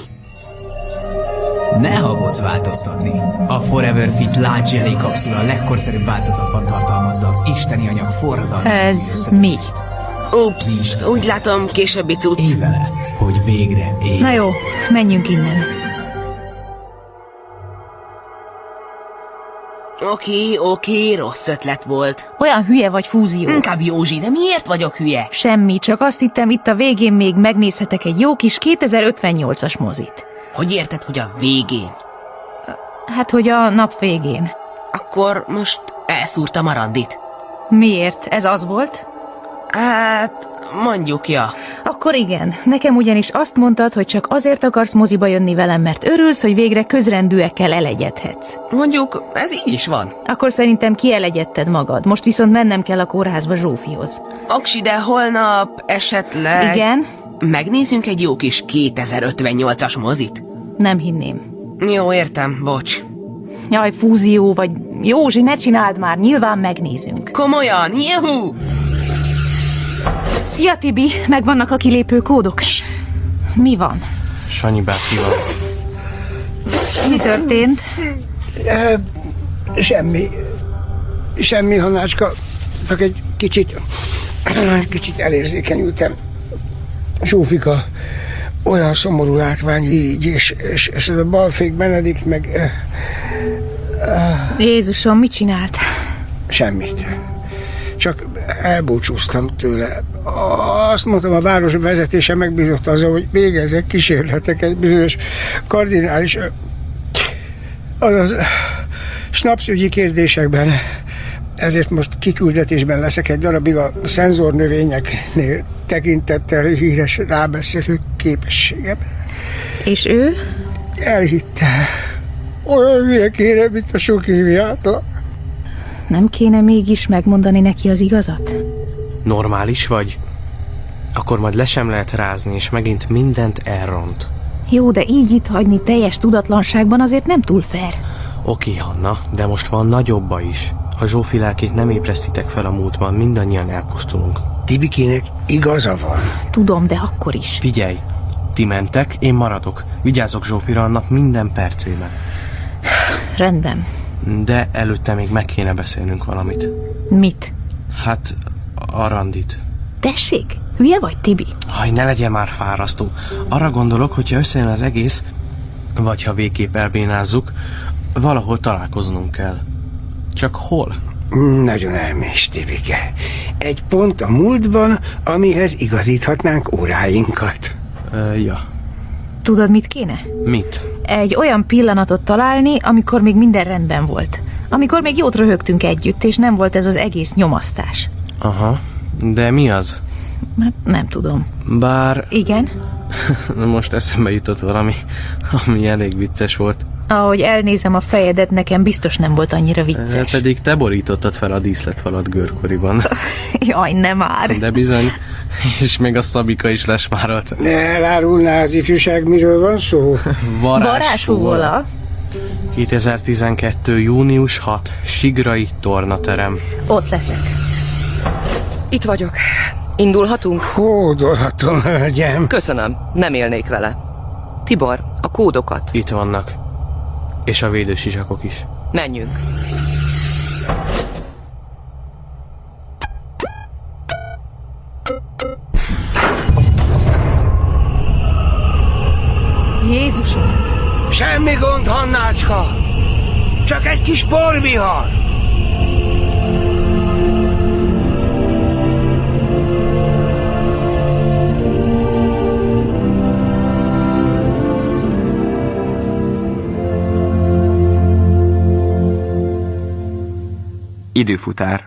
Ne habozz változtatni! A Forever Fit Large Jelly kapszula a legkorszerűbb változatban tartalmazza az isteni anyag forradalmat. Ez mi? Ups, úgy látom, későbbi cucc. Élj vele, hogy végre élj. Na jó, menjünk innen. Oké, oké, rossz ötlet volt. Olyan hülye vagy, Fúzió. Inkább Józsi, de miért vagyok hülye? Semmi, csak azt hittem, itt a végén még megnézhetek egy jó kis kétezer-ötvennyolcas mozit. Hogy érted, hogy a végén? Hát, hogy a nap végén. Akkor most elszúrtam a randit. Miért? Ez az volt? Hát, mondjuk, ja. Akkor igen. Nekem ugyanis azt mondtad, hogy csak azért akarsz moziba jönni velem, mert örülsz, hogy végre közrendűekkel elegyedhetsz. Mondjuk, ez így is van. Akkor szerintem kielegyedted magad. Most viszont mennem kell a kórházba Zsófihoz. Oksi, de holnap esetleg... Igen? Megnézzünk egy jó kis kétezer-ötvennyolcas mozit? Nem hinném. Jó, értem, bocs. Jaj, Fúzió, vagy Józsi, ne csináld már, nyilván megnézünk. Komolyan, juhú! Szia, Tibi, megvannak a kilépő kódok. Mi van? Sanyi bácsi van. Mi történt? E, semmi. Semmi, Hanácska. Csak egy kicsit, kicsit elérzékenyültem. Zsófika, olyan szomorú látvány így, és, és, és ez a balfék Benedikt meg... Jézusom, mit csinált? Semmit. Csak elbúcsúztam tőle. Azt mondtam, a város vezetése megbízott azzal, hogy végezzek kísérleteket bizonyos kardinális, azaz snapszügyi kérdésekben. Ezért most kiküldetésben leszek egy darabig a szenzornövényeknél tekintettel híres rábeszélő képességem. És ő? Elhitte. Olyan hülye kéne, mint a sok évi átlag. Nem kéne mégis megmondani neki az igazat? Normális vagy? Akkor majd le sem lehet rázni, és megint mindent elront. Jó, de így itt hagyni teljes tudatlanságban azért nem túl fair. Oké, Hanna, de most van nagyobb baj is. Ha Zsófi lelkét nem ébresztitek fel a múltban, mindannyian elpusztulunk. Tibikének igaza van. Tudom, de akkor is. Figyelj, ti mentek, én maradok. Vigyázok Zsófira a nap minden percében. Rendben. De előtte még meg kéne beszélnünk valamit. Mit? Hát, a randit. Tessék, hülye vagy, Tibi? Haj, ne legyen már fárasztó. Arra gondolok, hogyha összejön az egész, vagy ha végképp elbénázzuk, valahol találkoznunk kell. Csak hol? Nagyon elmész, Tibike. Egy pont a múltban, amihez igazíthatnánk óráinkat. Ö, ja. Tudod, mit kéne? Mit? Egy olyan pillanatot találni, amikor még minden rendben volt. Amikor még jót röhögtünk együtt, és nem volt ez az egész nyomasztás. Aha, de mi az? Nem tudom. Bár... Igen? Most eszembe jutott valami, ami elég vicces volt. Ahogy elnézem a fejedet, nekem biztos nem volt annyira vicces. Pedig te borítottad fel a díszletfalat görkoriban. Jaj, nem már. De bizony, És még a Szabika is lesmárolt. Ne elárulná az ifjúság, miről van szó? Varázsfúvola. kétezer-tizenkettő. június hatodika. Sigrai tornaterem. Ott leszek. Itt vagyok. Indulhatunk? Hódolhatom, hölgyem. Köszönöm, nem élnék vele. Tibor, a kódokat. Itt vannak. És a védősisakok is. Menjünk. Jézusom! Semmi gond, Hannácska! Csak egy kis porvihar! Időfutár.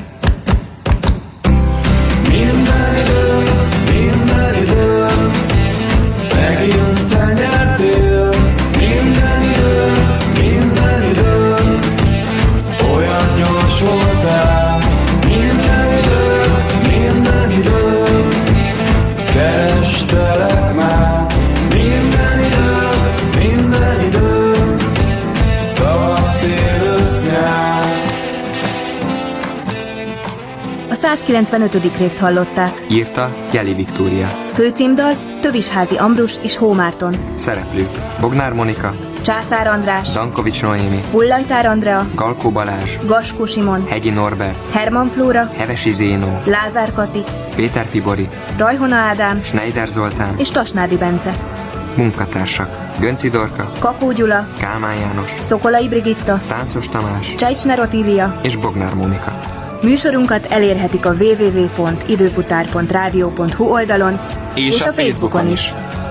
Minden idők, minden idők, megint te nyertél. Minden idők, minden idők, olyan gyors voltál. Minden idők, minden idők, kerestelek már. Minden idők, minden idők, tavasz, tél, ősz, nyár. A százkilencvenötödik részt hallották. Írta Jeli Viktória. Főcímdal Tövisházi Ambrus és Hómárton. Szereplők: Bognár Monika, Császár András, Dankovics Noémi, Fullajtár Andrea, Galkó Balázs, Gaskó Simon, Hegyi Norbert, Herman Flóra, Hevesi Zénó, Lázár Kati, Péter Fibori, Rajhona Ádám, Schneider Zoltán és Tasnádi Bence. Munkatársak: Gönci Dorka, Kakó Gyula, Kálmán János, Szokolai Brigitta, Táncos Tamás, Csajcsner Otília és Bognár Mónika. Műsorunkat elérhetik a double-u double-u double-u pont időfutár pont rádió pont hu oldalon és, és a a Facebookon is. is.